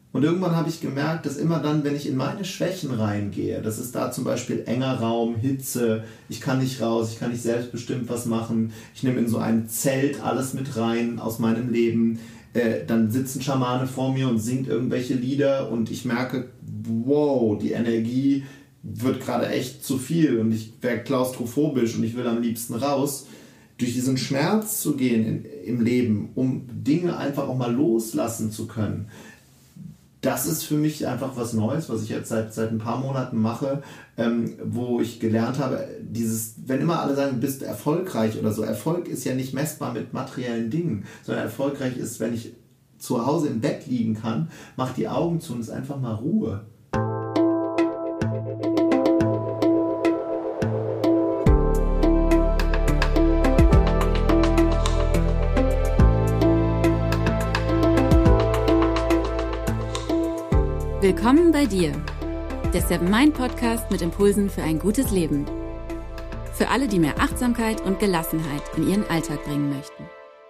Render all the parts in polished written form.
Und irgendwann habe ich gemerkt, dass immer dann, wenn ich in meine Schwächen reingehe, das ist da zum Beispiel enger Raum, Hitze, ich kann nicht raus, ich kann nicht selbstbestimmt was machen, ich nehme in so ein Zelt alles mit rein aus meinem Leben, dann sitzt ein Schamane vor mir und singt irgendwelche Lieder und ich merke, wow, die Energie wird gerade echt zu viel und ich werde klaustrophobisch und ich will am liebsten raus. Durch diesen Schmerz zu gehen im Leben, um Dinge einfach auch mal loslassen zu können, das ist für mich einfach was Neues, was ich jetzt seit ein paar Monaten mache, wo ich gelernt habe, wenn immer alle sagen, du bist erfolgreich oder so, Erfolg ist ja nicht messbar mit materiellen Dingen, sondern erfolgreich ist, wenn ich zu Hause im Bett liegen kann, mach die Augen zu und ist einfach mal Ruhe. Willkommen bei dir, der Seven Mind Podcast mit Impulsen für ein gutes Leben. Für alle, die mehr Achtsamkeit und Gelassenheit in ihren Alltag bringen möchten.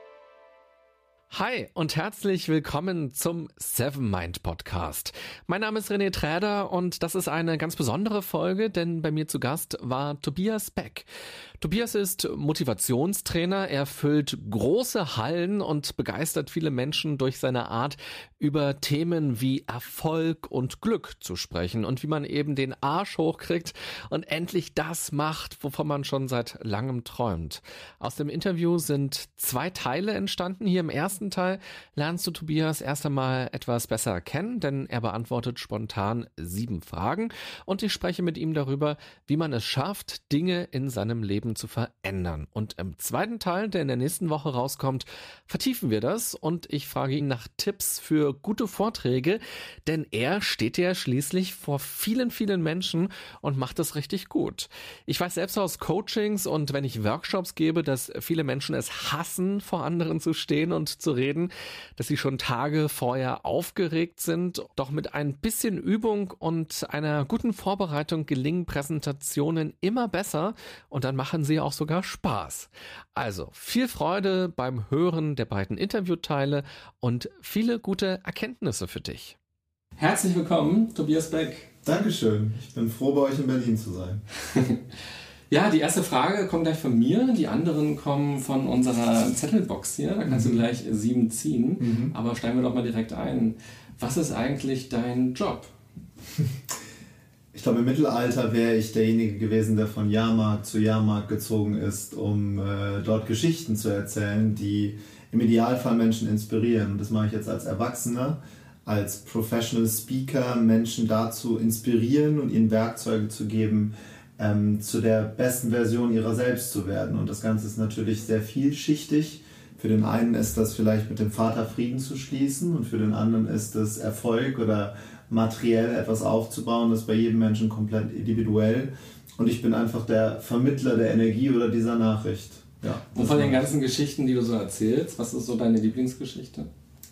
Hi und herzlich willkommen zum Seven Mind Podcast. Mein Name ist René Träder und das ist eine ganz besondere Folge, denn bei mir zu Gast war Tobias Beck. Tobias ist Motivationstrainer, er füllt große Hallen und begeistert viele Menschen durch seine Art, über Themen wie Erfolg und Glück zu sprechen und wie man eben den Arsch hochkriegt und endlich das macht, wovon man schon seit langem träumt. Aus dem Interview sind 2 Teile entstanden. Hier im ersten Teil lernst du Tobias erst einmal etwas besser kennen, denn er beantwortet spontan 7 Fragen und ich spreche mit ihm darüber, wie man es schafft, Dinge in seinem Leben zu verändern. Und im zweiten Teil, der in der nächsten Woche rauskommt, vertiefen wir das und ich frage ihn nach Tipps für gute Vorträge, denn er steht ja schließlich vor vielen, vielen Menschen und macht das richtig gut. Ich weiß selbst aus Coachings und wenn ich Workshops gebe, dass viele Menschen es hassen, vor anderen zu stehen und zu reden, dass sie schon Tage vorher aufgeregt sind. Doch mit ein bisschen Übung und einer guten Vorbereitung gelingen Präsentationen immer besser und dann machen sie auch sogar Spaß. Also viel Freude beim Hören der beiden Interviewteile und viele gute Erkenntnisse für dich. Herzlich willkommen, Tobias Beck. Dankeschön, ich bin froh, bei euch in Berlin zu sein. Ja, die erste Frage kommt gleich von mir, die anderen kommen von unserer Zettelbox hier, da kannst du gleich 7 ziehen, aber steigen wir doch mal direkt ein. Was ist eigentlich dein Job? Ich glaube, im Mittelalter wäre ich derjenige gewesen, der von Jahrmarkt zu Jahrmarkt gezogen ist, um dort Geschichten zu erzählen, die im Idealfall Menschen inspirieren. Und das mache ich jetzt als Erwachsener, als Professional Speaker, Menschen dazu inspirieren und ihnen Werkzeuge zu geben, zu der besten Version ihrer selbst zu werden. Und das Ganze ist natürlich sehr vielschichtig. Für den einen ist das vielleicht mit dem Vater Frieden zu schließen und für den anderen ist es Erfolg oder materiell etwas aufzubauen. Das ist bei jedem Menschen komplett individuell. Und ich bin einfach der Vermittler der Energie oder dieser Nachricht. Ja, und von den ganzen Geschichten, die du so erzählst, was ist so deine Lieblingsgeschichte?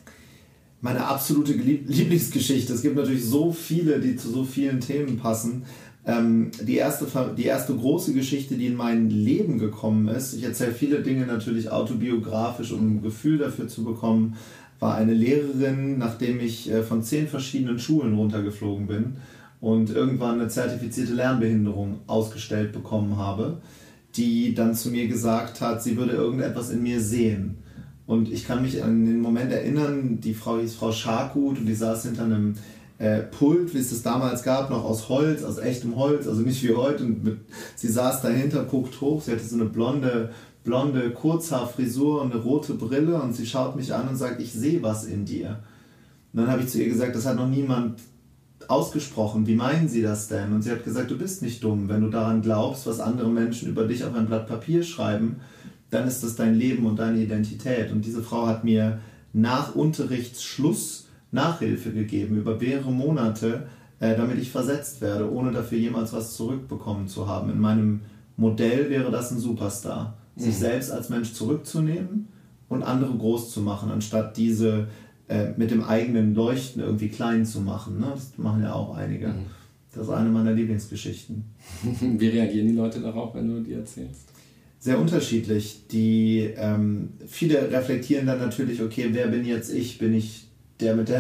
Meine absolute Lieblingsgeschichte. Es gibt natürlich so viele, die zu so vielen Themen passen. Die erste große Geschichte, die in mein Leben gekommen ist, ich erzähle viele Dinge natürlich autobiografisch, um ein Gefühl dafür zu bekommen, war eine Lehrerin, nachdem ich von 10 verschiedenen Schulen runtergeflogen bin und irgendwann eine zertifizierte Lernbehinderung ausgestellt bekommen habe, die dann zu mir gesagt hat, sie würde irgendetwas in mir sehen. Und ich kann mich an den Moment erinnern, die Frau hieß Frau Scharkut und die saß hinter einem Pult, wie es das damals gab, noch aus Holz, aus echtem Holz, also nicht wie heute. Und sie saß dahinter, guckt hoch, sie hatte so eine blonde Kurzhaarfrisur und eine rote Brille und sie schaut mich an und sagt, ich sehe was in dir. Und dann habe ich zu ihr gesagt, das hat noch niemand ausgesprochen, wie meinen Sie das denn? Und sie hat gesagt, du bist nicht dumm, wenn du daran glaubst, was andere Menschen über dich auf ein Blatt Papier schreiben, dann ist das dein Leben und deine Identität. Und diese Frau hat mir nach Unterrichtsschluss Nachhilfe gegeben, über mehrere Monate, damit ich versetzt werde, ohne dafür jemals was zurückbekommen zu haben. In meinem Modell wäre das ein Superstar. Sich selbst als Mensch zurückzunehmen und andere groß zu machen, anstatt diese mit dem eigenen Leuchten irgendwie klein zu machen. Ne? Das machen ja auch einige. Das ist eine meiner Lieblingsgeschichten. Wie reagieren die Leute darauf, wenn du die erzählst? Sehr unterschiedlich. Viele reflektieren dann natürlich, okay, wer bin jetzt ich? Bin ich der mit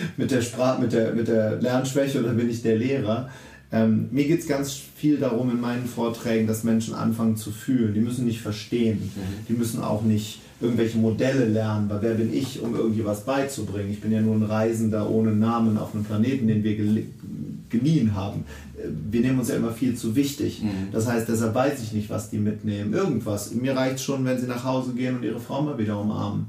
der Lernschwäche oder bin ich der Lehrer? Mir geht es ganz viel darum in meinen Vorträgen, dass Menschen anfangen zu fühlen. Die müssen nicht verstehen. Die müssen auch nicht irgendwelche Modelle lernen, weil wer bin ich, um irgendwie was beizubringen? Ich bin ja nur ein Reisender ohne Namen auf einem Planeten, den wir geliehen haben. Wir nehmen uns ja immer viel zu wichtig. Das heißt, deshalb weiß ich nicht, was die mitnehmen. Irgendwas. Mir reicht schon, wenn sie nach Hause gehen und ihre Frau mal wieder umarmen.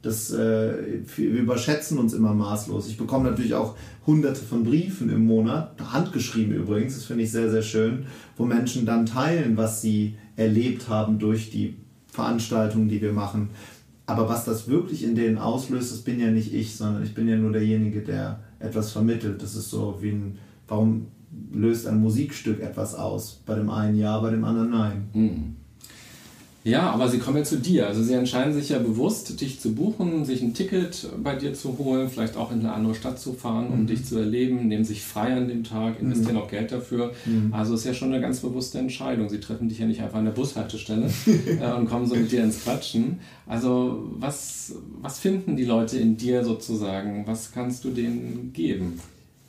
Wir überschätzen uns immer maßlos. Ich bekomme natürlich auch hunderte von Briefen im Monat, handgeschrieben übrigens, das finde ich sehr, sehr schön, wo Menschen dann teilen, was sie erlebt haben durch die Veranstaltungen, die wir machen. Aber was das wirklich in denen auslöst, das bin ja nicht ich, sondern ich bin ja nur derjenige, der etwas vermittelt. Das ist so wie warum löst ein Musikstück etwas aus? Bei dem einen ja, bei dem anderen nein. Ja, aber sie kommen ja zu dir. Also sie entscheiden sich ja bewusst, dich zu buchen, sich ein Ticket bei dir zu holen, vielleicht auch in eine andere Stadt zu fahren, um dich zu erleben, nehmen sich frei an dem Tag, investieren auch Geld dafür. Also ist ja schon eine ganz bewusste Entscheidung. Sie treffen dich ja nicht einfach an der Bushaltestelle und kommen so mit dir ins Quatschen. Also was finden die Leute in dir sozusagen? Was kannst du denen geben?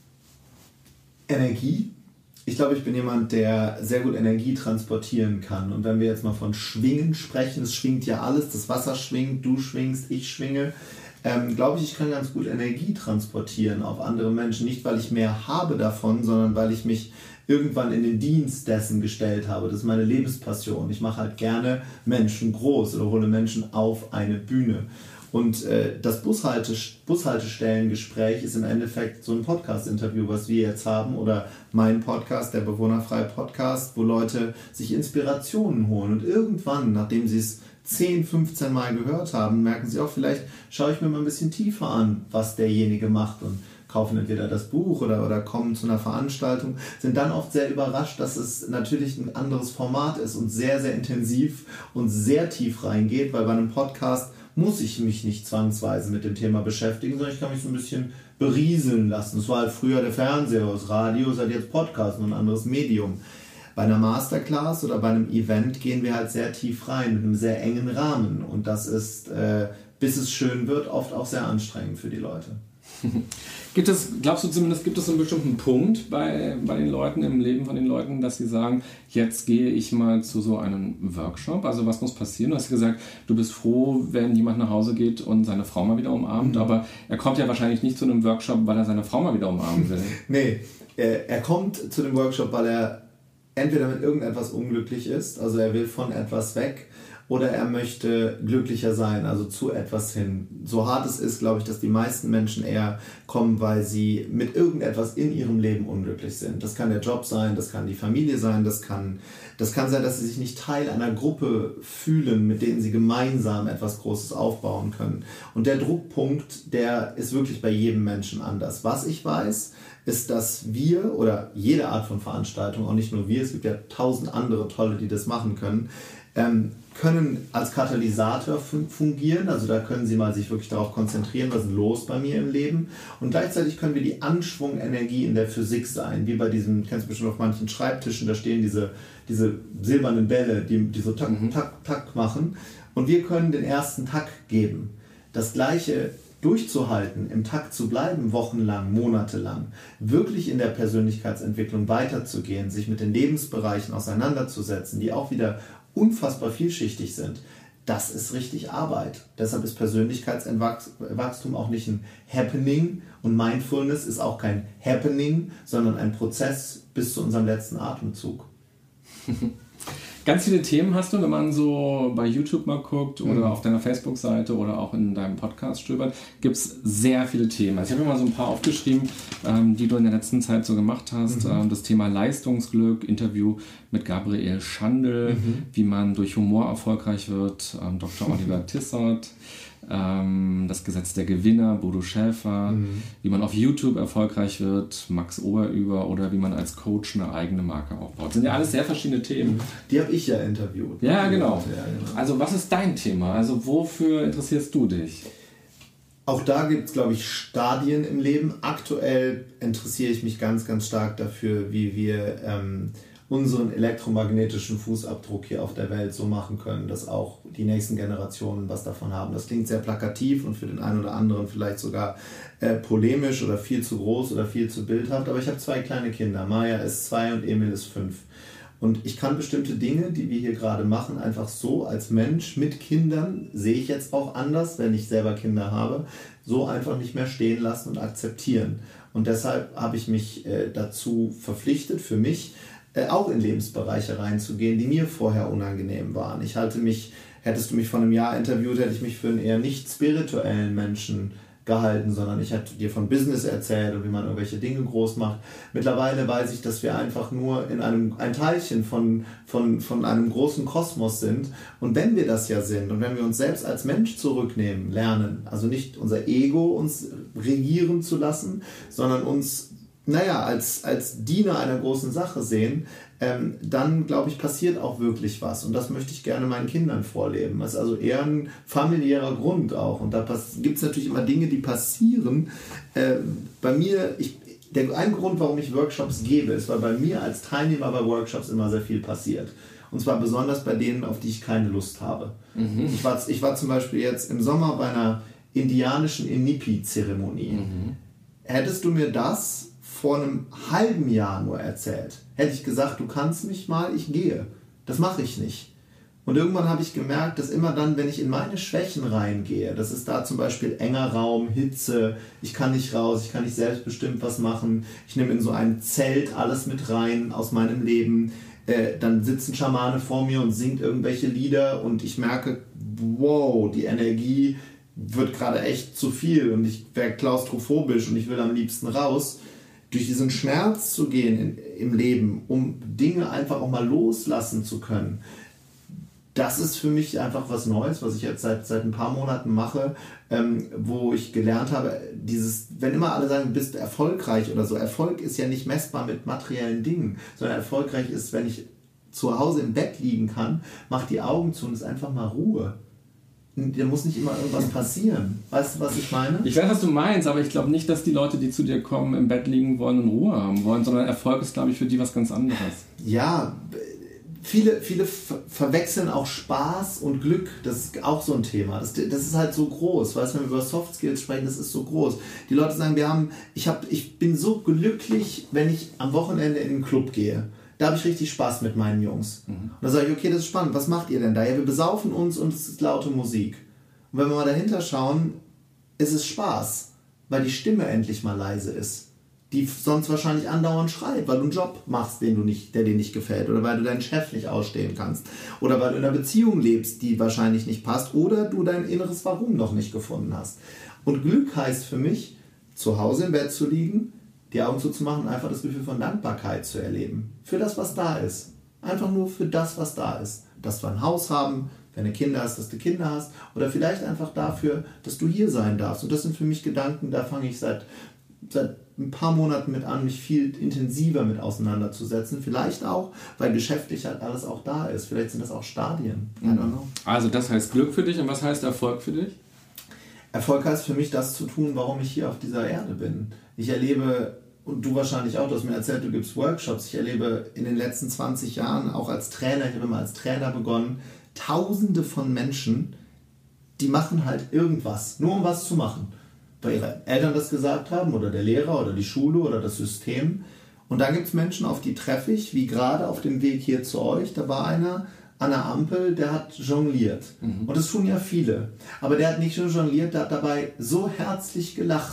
Energie. Ich glaube, ich bin jemand, der sehr gut Energie transportieren kann. Und wenn wir jetzt mal von Schwingen sprechen, es schwingt ja alles, das Wasser schwingt, du schwingst, ich schwinge, glaube ich kann ganz gut Energie transportieren auf andere Menschen. Nicht, weil ich mehr habe davon, sondern weil ich mich irgendwann in den Dienst dessen gestellt habe. Das ist meine Lebenspassion. Ich mache halt gerne Menschen groß oder hole Menschen auf eine Bühne. Und das Bushaltestellengespräch ist im Endeffekt so ein Podcast-Interview, was wir jetzt haben, oder mein Podcast, der Bewohnerfreie Podcast, wo Leute sich Inspirationen holen. Und irgendwann, nachdem sie es 10, 15 Mal gehört haben, merken sie auch, vielleicht schaue ich mir mal ein bisschen tiefer an, was derjenige macht, und kaufen entweder das Buch oder kommen zu einer Veranstaltung, sind dann oft sehr überrascht, dass es natürlich ein anderes Format ist und sehr, sehr intensiv und sehr tief reingeht, weil bei einem Podcast muss ich mich nicht zwangsweise mit dem Thema beschäftigen, sondern ich kann mich so ein bisschen berieseln lassen. Das war halt früher der Fernseher, das Radio, ist halt jetzt Podcast, ein anderes Medium. Bei einer Masterclass oder bei einem Event gehen wir halt sehr tief rein, mit einem sehr engen Rahmen. Und das ist, bis es schön wird, oft auch sehr anstrengend für die Leute. Glaubst du zumindest, gibt es einen bestimmten Punkt bei den Leuten, im Leben von den Leuten, dass sie sagen, jetzt gehe ich mal zu so einem Workshop? Also was muss passieren? Du hast gesagt, du bist froh, wenn jemand nach Hause geht und seine Frau mal wieder umarmt, aber er kommt ja wahrscheinlich nicht zu einem Workshop, weil er seine Frau mal wieder umarmen will. Nee, er kommt zu dem Workshop, weil er entweder mit irgendetwas unglücklich ist, also er will von etwas weg, oder er möchte glücklicher sein, also zu etwas hin. So hart es ist, glaube ich, dass die meisten Menschen eher kommen, weil sie mit irgendetwas in ihrem Leben unglücklich sind. Das kann der Job sein, das kann die Familie sein, das kann sein, dass sie sich nicht Teil einer Gruppe fühlen, mit denen sie gemeinsam etwas Großes aufbauen können. Und der Druckpunkt, der ist wirklich bei jedem Menschen anders. Was ich weiß, ist, dass wir oder jede Art von Veranstaltung, auch nicht nur wir, es gibt ja 1000 andere Tolle, die das machen können als Katalysator fungieren. Also da können Sie mal sich wirklich darauf konzentrieren, was ist los bei mir im Leben. Und gleichzeitig können wir die Anschwungenergie in der Physik sein, wie bei diesen, kennst du bestimmt auf manchen Schreibtischen, da stehen diese silbernen Bälle, die so tak, tak, tak machen. Und wir können den ersten Takt geben. Das Gleiche durchzuhalten, im Takt zu bleiben, wochenlang, monatelang, wirklich in der Persönlichkeitsentwicklung weiterzugehen, sich mit den Lebensbereichen auseinanderzusetzen, die auch wieder unfassbar vielschichtig sind, das ist richtig Arbeit. Deshalb ist Persönlichkeitswachstum auch nicht ein Happening und Mindfulness ist auch kein Happening, sondern ein Prozess bis zu unserem letzten Atemzug. Ganz viele Themen hast du, wenn man so bei YouTube mal guckt oder auf deiner Facebook-Seite oder auch in deinem Podcast stöbert, gibt es sehr viele Themen. Also ich habe mir mal so ein paar aufgeschrieben, die du in der letzten Zeit so gemacht hast. Das Thema Leistungsglück, Interview mit Gabriel Schandl, wie man durch Humor erfolgreich wird, Dr. Oliver Tissot, das Gesetz der Gewinner, Bodo Schäfer, wie man auf YouTube erfolgreich wird, Max Oberüber, oder wie man als Coach eine eigene Marke aufbaut. Das sind ja alles sehr verschiedene Themen. Die habe ich ja interviewt. Ja, genau. Also was ist dein Thema? Also wofür interessierst du dich? Auch da gibt es, glaube ich, Stadien im Leben. Aktuell interessiere ich mich ganz, ganz stark dafür, wie wir unseren elektromagnetischen Fußabdruck hier auf der Welt so machen können, dass auch die nächsten Generationen was davon haben. Das klingt sehr plakativ und für den einen oder anderen vielleicht sogar polemisch oder viel zu groß oder viel zu bildhaft, aber ich habe 2 kleine Kinder. Maya ist 2 und Emil ist 5. Und ich kann bestimmte Dinge, die wir hier gerade machen, einfach so als Mensch mit Kindern, sehe ich jetzt auch anders, wenn ich selber Kinder habe, so einfach nicht mehr stehen lassen und akzeptieren. Und deshalb habe ich mich dazu verpflichtet, für mich auch in Lebensbereiche reinzugehen, die mir vorher unangenehm waren. Hättest du mich vor einem Jahr interviewt, hätte ich mich für einen eher nicht spirituellen Menschen gehalten, sondern ich hätte dir von Business erzählt und wie man irgendwelche Dinge groß macht. Mittlerweile weiß ich, dass wir einfach nur in ein Teilchen von einem großen Kosmos sind. Und wenn wir das ja sind und wenn wir uns selbst als Mensch zurücknehmen, lernen, also nicht unser Ego uns regieren zu lassen, sondern uns als Diener einer großen Sache sehen, dann, glaube ich, passiert auch wirklich was. Und das möchte ich gerne meinen Kindern vorleben. Das ist also eher ein familiärer Grund auch. Und da gibt es natürlich immer Dinge, die passieren. Bei mir, ein Grund, warum ich Workshops gebe, ist, weil bei mir als Teilnehmer bei Workshops immer sehr viel passiert. Und zwar besonders bei denen, auf die ich keine Lust habe. Mhm. Ich war zum Beispiel jetzt im Sommer bei einer indianischen Inipi-Zeremonie. Mhm. Hättest du mir das vor einem halben Jahr nur erzählt, hätte ich gesagt, du kannst mich mal, ich gehe. Das mache ich nicht. Und irgendwann habe ich gemerkt, dass immer dann, wenn ich in meine Schwächen reingehe, das ist da zum Beispiel enger Raum, Hitze, ich kann nicht raus, ich kann nicht selbstbestimmt was machen, ich nehme in so ein Zelt alles mit rein aus meinem Leben, dann sitzt ein Schamane vor mir und singt irgendwelche Lieder und ich merke, wow, die Energie wird gerade echt zu viel und ich werde klaustrophobisch und ich will am liebsten raus. Durch diesen Schmerz zu gehen im Leben, um Dinge einfach auch mal loslassen zu können, das ist für mich einfach was Neues, was ich jetzt seit ein paar Monaten mache, wo ich gelernt habe, wenn immer alle sagen, du bist erfolgreich oder so, Erfolg ist ja nicht messbar mit materiellen Dingen, sondern erfolgreich ist, wenn ich zu Hause im Bett liegen kann, mach die Augen zu und es ist einfach mal Ruhe. Da muss nicht immer irgendwas passieren. Weißt du, was ich meine? Ich weiß, was du meinst, aber ich glaube nicht, dass die Leute, die zu dir kommen, im Bett liegen wollen und Ruhe haben wollen, sondern Erfolg ist, glaube ich, für die was ganz anderes. Ja, viele verwechseln auch Spaß und Glück. Das ist auch so ein Thema. Das ist halt so groß. Weißt du, wenn wir über Soft Skills sprechen, das ist so groß. Die Leute sagen, ich bin so glücklich, wenn ich am Wochenende in den Club gehe. Da habe ich richtig Spaß mit meinen Jungs. Mhm. Und da sage ich, okay, das ist spannend, was macht ihr denn da? Ja, wir besaufen uns und es ist laute Musik. Und wenn wir mal dahinter schauen, ist es Spaß, weil die Stimme endlich mal leise ist, die sonst wahrscheinlich andauernd schreit, weil du einen Job machst, der dir nicht gefällt oder weil du deinen Chef nicht ausstehen kannst oder weil du in einer Beziehung lebst, die wahrscheinlich nicht passt oder du dein inneres Warum noch nicht gefunden hast. Und Glück heißt für mich, zu Hause im Bett zu liegen, die Augen zuzumachen und einfach das Gefühl von Dankbarkeit zu erleben. Für das, was da ist. Einfach nur für das, was da ist. Dass wir ein Haus haben, wenn du Kinder hast, dass du Kinder hast. Oder vielleicht einfach dafür, dass du hier sein darfst. Und das sind für mich Gedanken, da fange ich seit ein paar Monaten mit an, mich viel intensiver mit auseinanderzusetzen. Vielleicht auch, weil geschäftlich halt alles auch da ist. Vielleicht sind das auch Stadien. I don't know. Also das heißt Glück für dich. Und was heißt Erfolg für dich? Erfolg heißt für mich, das zu tun, warum ich hier auf dieser Erde bin. Ich erlebe, und du wahrscheinlich auch, du hast mir erzählt, du gibst Workshops, ich erlebe in den letzten 20 Jahren, auch als Trainer, ich habe immer als Trainer begonnen, Tausende von Menschen, die machen halt irgendwas, nur um was zu machen. Weil ihre Eltern das gesagt haben, oder der Lehrer, oder die Schule, oder das System. Und da gibt es Menschen, auf die treffe ich, wie gerade auf dem Weg hier zu euch, da war einer, an der Ampel, der hat jongliert. Mhm. Und das tun ja viele. Aber der hat nicht nur jongliert, der hat dabei so herzlich gelacht,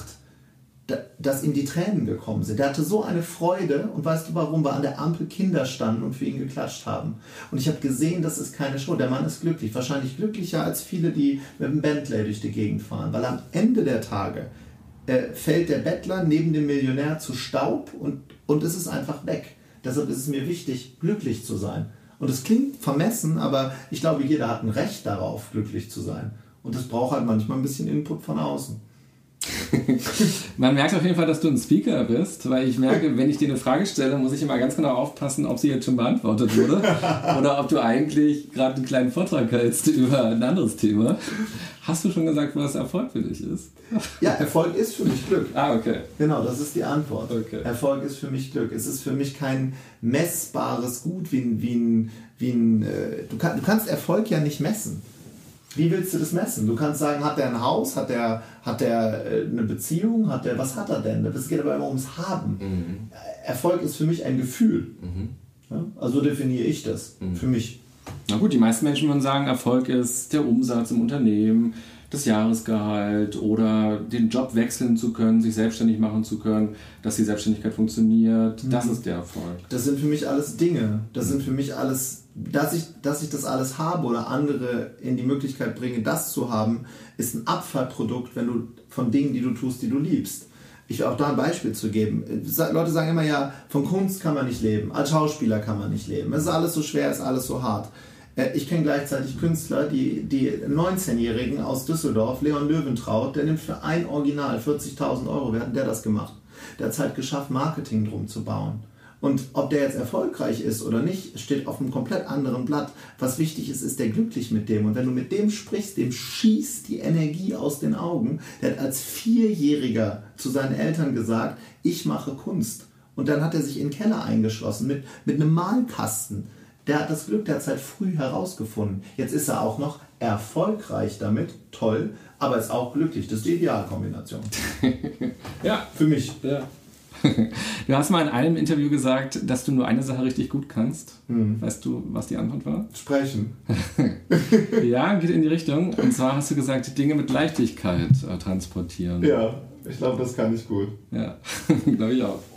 dass ihm die Tränen gekommen sind. Der hatte so eine Freude und weißt du warum? Weil an der Ampel Kinder standen und für ihn geklatscht haben. Und ich habe gesehen, das ist keine Show. Der Mann ist glücklich. Wahrscheinlich glücklicher als viele, die mit dem Bentley durch die Gegend fahren. Weil am Ende der Tage fällt der Bettler neben dem Millionär zu Staub und es ist einfach weg. Deshalb ist es mir wichtig, glücklich zu sein. Und es klingt vermessen, aber ich glaube, jeder hat ein Recht darauf, glücklich zu sein. Und das braucht halt manchmal ein bisschen Input von außen. Man merkt auf jeden Fall, dass du ein Speaker bist, weil ich merke, wenn ich dir eine Frage stelle, muss ich immer ganz genau aufpassen, ob sie jetzt schon beantwortet wurde oder ob du eigentlich gerade einen kleinen Vortrag hältst über ein anderes Thema. Hast du schon gesagt, was Erfolg für dich ist? Ja, Erfolg ist für mich Glück. Okay. Genau, das ist die Antwort. Okay. Erfolg ist für mich Glück. Es ist für mich kein messbares Gut, du kannst Erfolg ja nicht messen. Wie willst du das messen? Du kannst sagen, hat der ein Haus, hat der eine Beziehung, was hat er denn? Das geht aber immer ums Haben. Erfolg ist für mich ein Gefühl. Ja? Also definiere ich das für mich. Na gut, die meisten Menschen würden sagen, Erfolg ist der Umsatz im Unternehmen, das Jahresgehalt oder den Job wechseln zu können, sich selbstständig machen zu können, dass die Selbstständigkeit funktioniert. Das ist der Erfolg. Das sind für mich alles Dinge. Das sind für mich alles, dass ich das alles habe oder andere in die Möglichkeit bringe, das zu haben, ist ein Abfallprodukt, von Dingen, die du tust, die du liebst. Ich will auch da ein Beispiel zu geben. Leute sagen immer, ja, von Kunst kann man nicht leben, als Schauspieler kann man nicht leben. Es ist alles so schwer, es ist alles so hart. Ich kenne gleichzeitig Künstler, die 19-Jährigen aus Düsseldorf, Leon Löwentraut, der nimmt für ein Original 40.000 Euro. Wer hat der das gemacht? Der hat es halt geschafft, Marketing drum zu bauen. Und ob der jetzt erfolgreich ist oder nicht, steht auf einem komplett anderen Blatt. Was wichtig ist, ist der glücklich mit dem. Und wenn du mit dem sprichst, dem schießt die Energie aus den Augen. Der hat als 4-Jähriger zu seinen Eltern gesagt, ich mache Kunst. Und dann hat er sich in den Keller eingeschlossen mit einem Malkasten. Der hat das Glück, der hat es halt früh herausgefunden. Jetzt ist er auch noch erfolgreich damit, toll, aber ist auch glücklich. Das ist die Idealkombination. Ja. Für mich. Ja. Du hast mal in einem Interview gesagt, dass du nur eine Sache richtig gut kannst. Weißt du, was die Antwort war? Sprechen. Ja, geht in die Richtung. Und zwar hast du gesagt, Dinge mit Leichtigkeit transportieren. Ja, ich glaube, das kann ich gut. Ja, glaube ich auch.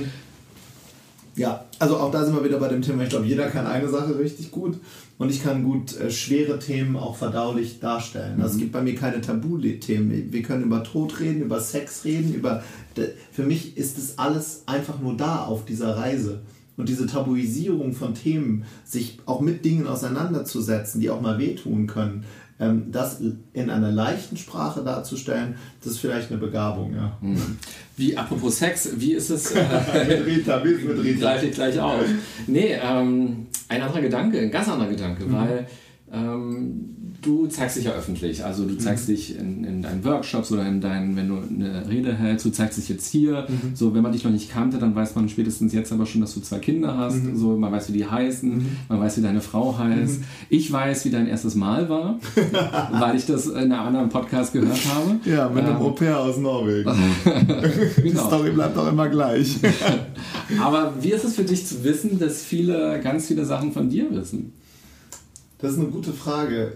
Ja, also auch da sind wir wieder bei dem Thema, ich glaube, jeder kann eine Sache richtig gut und ich kann gut schwere Themen auch verdaulich darstellen. Also es gibt bei mir keine Tabuthemen. Wir können über Tod reden, über Sex reden, für mich ist es alles einfach nur da auf dieser Reise. Und diese Tabuisierung von Themen, sich auch mit Dingen auseinanderzusetzen, die auch mal wehtun können, das in einer leichten Sprache darzustellen, das ist vielleicht eine Begabung, ja. Wie, apropos Sex, wie ist es? Mit Rita. Greife ich gleich auf. Nee, ein anderer Gedanke, ein ganz anderer Gedanke, weil du zeigst dich ja öffentlich, also du zeigst dich in deinen Workshops oder wenn du eine Rede hältst, du zeigst dich jetzt hier, so, wenn man dich noch nicht kannte, dann weiß man spätestens jetzt aber schon, dass du 2 Kinder hast, so, man weiß, wie die heißen, man weiß, wie deine Frau heißt. Ich weiß, wie dein erstes Mal war, weil ich das in einem anderen Podcast gehört habe. Ja, mit einem Au-pair aus Norwegen. Genau. Die Story bleibt auch immer gleich. Aber wie ist es für dich zu wissen, dass ganz viele Sachen von dir wissen? Das ist eine gute Frage.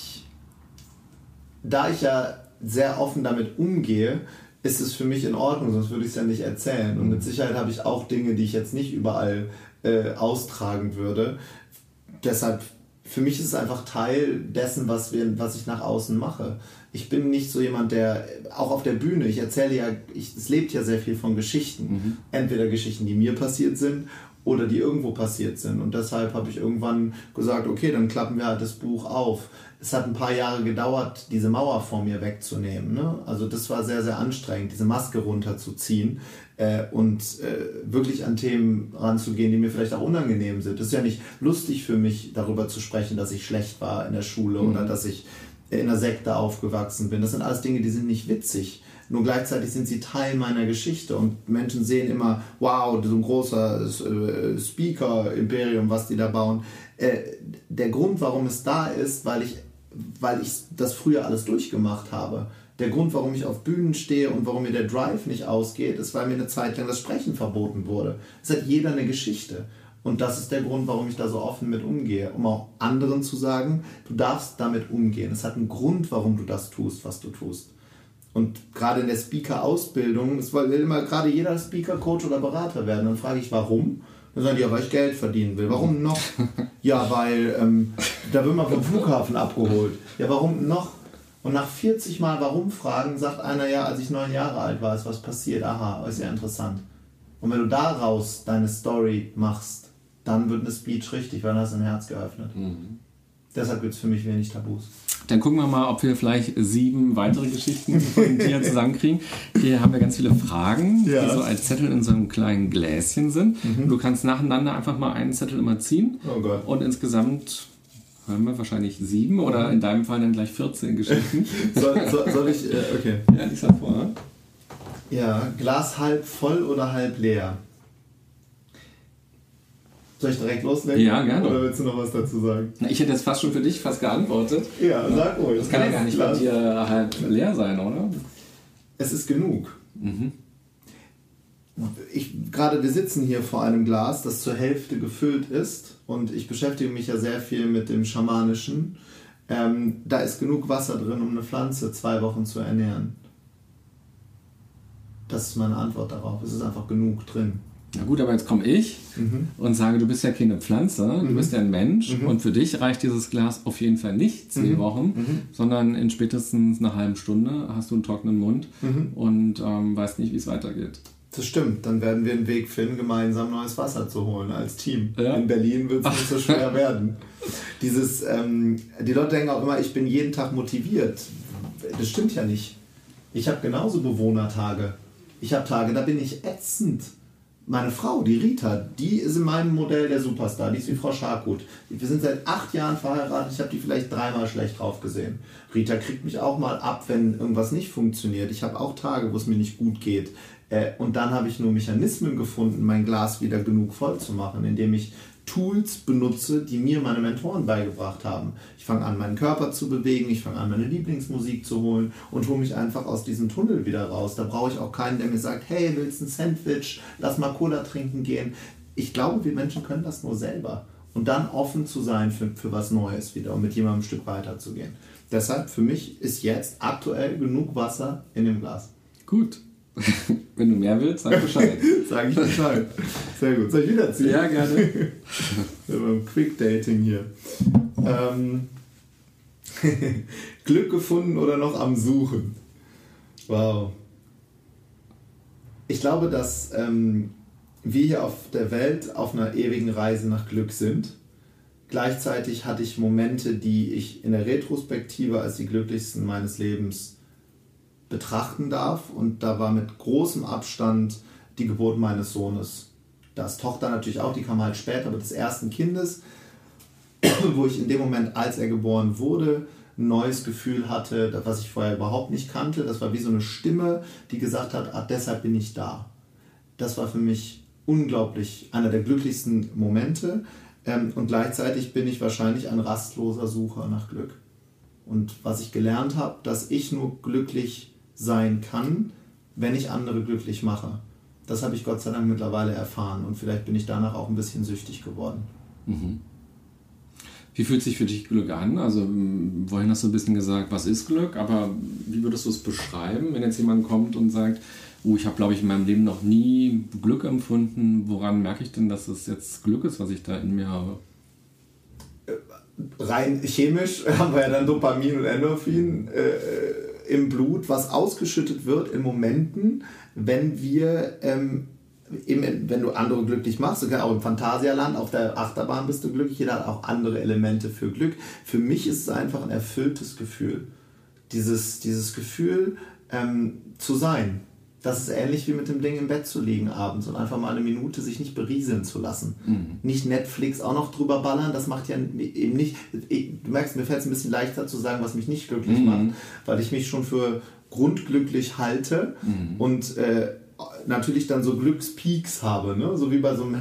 Da ich ja sehr offen damit umgehe, ist es für mich in Ordnung, sonst würde ich es ja nicht erzählen. Und mit Sicherheit habe ich auch Dinge, die ich jetzt nicht überall austragen würde. Deshalb, für mich ist es einfach Teil dessen, was ich nach außen mache. Ich bin nicht so jemand, der, auch auf der Bühne, ich erzähle ja, es lebt ja sehr viel von Geschichten. Entweder Geschichten, die mir passiert sind, oder die irgendwo passiert sind. Und deshalb habe ich irgendwann gesagt, okay, dann klappen wir halt das Buch auf. Es hat ein paar Jahre gedauert, diese Mauer vor mir wegzunehmen. Ne? Also das war sehr, sehr anstrengend, diese Maske runterzuziehen und wirklich an Themen ranzugehen, die mir vielleicht auch unangenehm sind. Es ist ja nicht lustig für mich, darüber zu sprechen, dass ich schlecht war in der Schule oder dass ich in einer Sekte aufgewachsen bin. Das sind alles Dinge, die sind nicht witzig. Nur gleichzeitig sind sie Teil meiner Geschichte und Menschen sehen immer, wow, so ein großer Speaker-Imperium, was die da bauen. Der Grund, warum es da ist, weil ich das früher alles durchgemacht habe. Der Grund, warum ich auf Bühnen stehe und warum mir der Drive nicht ausgeht, ist, weil mir eine Zeit lang das Sprechen verboten wurde. Es hat jeder eine Geschichte. Und das ist der Grund, warum ich da so offen mit umgehe. Um auch anderen zu sagen, du darfst damit umgehen. Es hat einen Grund, warum du das tust, was du tust. Und gerade in der Speaker-Ausbildung, es will immer gerade jeder Speaker, Coach oder Berater werden. Dann frage ich, warum? Dann sagen die, ja, weil ich Geld verdienen will. Warum noch? Ja, weil da wird man vom Flughafen abgeholt. Ja, warum noch? Und nach 40 Mal warum fragen, sagt einer, ja, als ich 9 Jahre alt war, ist was passiert. Aha, ist ja interessant. Und wenn du daraus deine Story machst, dann wird eine Speech richtig, weil dann hast du ein Herz geöffnet. Deshalb gibt es für mich wenig Tabus. Dann gucken wir mal, ob wir vielleicht 7 weitere Geschichten von dir zusammenkriegen. Hier haben wir ganz viele Fragen, die so als Zettel in so einem kleinen Gläschen sind. Du kannst nacheinander einfach mal einen Zettel immer ziehen. Oh Gott. Und insgesamt hören wir wahrscheinlich 7 oder in deinem Fall dann gleich 14 Geschichten. Soll ich, okay. Ja, lies mal vor. Ja, Glas halb voll oder halb leer? Soll ich direkt loslegen? Ja, gerne. Oder willst du noch was dazu sagen? Na, ich hätte jetzt fast schon für dich geantwortet. Ja, sag ruhig. Das kann ja gar nicht bei dir halb leer sein, oder? Es ist genug. Gerade wir sitzen hier vor einem Glas, das zur Hälfte gefüllt ist, und ich beschäftige mich ja sehr viel mit dem Schamanischen. Da ist genug Wasser drin, um eine Pflanze 2 Wochen zu ernähren. Das ist meine Antwort darauf. Es ist einfach genug drin. Na gut, aber jetzt komme ich und sage, du bist ja keine Pflanze, du bist ja ein Mensch und für dich reicht dieses Glas auf jeden Fall nicht 2 Wochen, sondern in spätestens einer halben Stunde hast du einen trockenen Mund und weißt nicht, wie es weitergeht. Das stimmt, dann werden wir einen Weg finden, gemeinsam neues Wasser zu holen als Team. Ja. In Berlin wird es nicht so schwer werden. Die Leute denken auch immer, ich bin jeden Tag motiviert. Das stimmt ja nicht. Ich habe genauso Bewohnertage. Ich habe Tage, da bin ich ätzend. Meine Frau, die Rita, die ist in meinem Modell der Superstar. Die ist wie Frau Scharkut. Wir sind seit 8 Jahren verheiratet. Ich habe die vielleicht 3-mal schlecht drauf gesehen. Rita kriegt mich auch mal ab, wenn irgendwas nicht funktioniert. Ich habe auch Tage, wo es mir nicht gut geht. Und dann habe ich nur Mechanismen gefunden, mein Glas wieder genug voll zu machen, indem ich Tools benutze, die mir meine Mentoren beigebracht haben. Ich fange an, meinen Körper zu bewegen, ich fange an, meine Lieblingsmusik zu holen und hole mich einfach aus diesem Tunnel wieder raus. Da brauche ich auch keinen, der mir sagt, hey, willst du ein Sandwich? Lass mal Cola trinken gehen. Ich glaube, wir Menschen können das nur selber. Und dann offen zu sein für was Neues wieder und mit jemandem ein Stück weiter zu gehen. Deshalb, für mich ist jetzt aktuell genug Wasser in dem Glas. Gut. Wenn du mehr willst, sag Bescheid. Sag ich Bescheid. Sehr gut. Soll ich wieder ziehen? Ja, gerne. Beim Quick-Dating hier. Glück gefunden oder noch am Suchen? Wow. Ich glaube, dass wir hier auf der Welt auf einer ewigen Reise nach Glück sind. Gleichzeitig hatte ich Momente, die ich in der Retrospektive als die glücklichsten meines Lebens betrachten darf, und da war mit großem Abstand die Geburt meines Sohnes. Das Tochter natürlich auch, die kam halt später, aber des ersten Kindes, wo ich in dem Moment, als er geboren wurde, ein neues Gefühl hatte, was ich vorher überhaupt nicht kannte. Das war wie so eine Stimme, die gesagt hat, deshalb bin ich da. Das war für mich unglaublich einer der glücklichsten Momente, und gleichzeitig bin ich wahrscheinlich ein rastloser Sucher nach Glück. Und was ich gelernt habe, dass ich nur glücklich sein kann, wenn ich andere glücklich mache. Das habe ich Gott sei Dank mittlerweile erfahren, und vielleicht bin ich danach auch ein bisschen süchtig geworden. Wie fühlt sich für dich Glück an? Also vorhin hast du ein bisschen gesagt, was ist Glück, aber wie würdest du es beschreiben, wenn jetzt jemand kommt und sagt, ich habe, glaube ich, in meinem Leben noch nie Glück empfunden. Woran merke ich denn, dass es jetzt Glück ist, was ich da in mir habe? Rein chemisch haben wir ja dann Dopamin und Endorphin im Blut, was ausgeschüttet wird in Momenten, wenn wir, wenn du andere glücklich machst. Sogar auch im Phantasialand, auf der Achterbahn bist du glücklich. Jeder hat auch andere Elemente für Glück. Für mich ist es einfach ein erfülltes Gefühl. Dieses Gefühl zu sein. Das ist ähnlich wie mit dem Ding im Bett zu liegen abends und einfach mal eine Minute sich nicht berieseln zu lassen. Nicht Netflix auch noch drüber ballern, das macht ja eben nicht... Du merkst, mir fällt es ein bisschen leichter zu sagen, was mich nicht glücklich macht, weil ich mich schon für grundglücklich halte und natürlich dann so Glückspeaks habe, ne? So wie bei so einem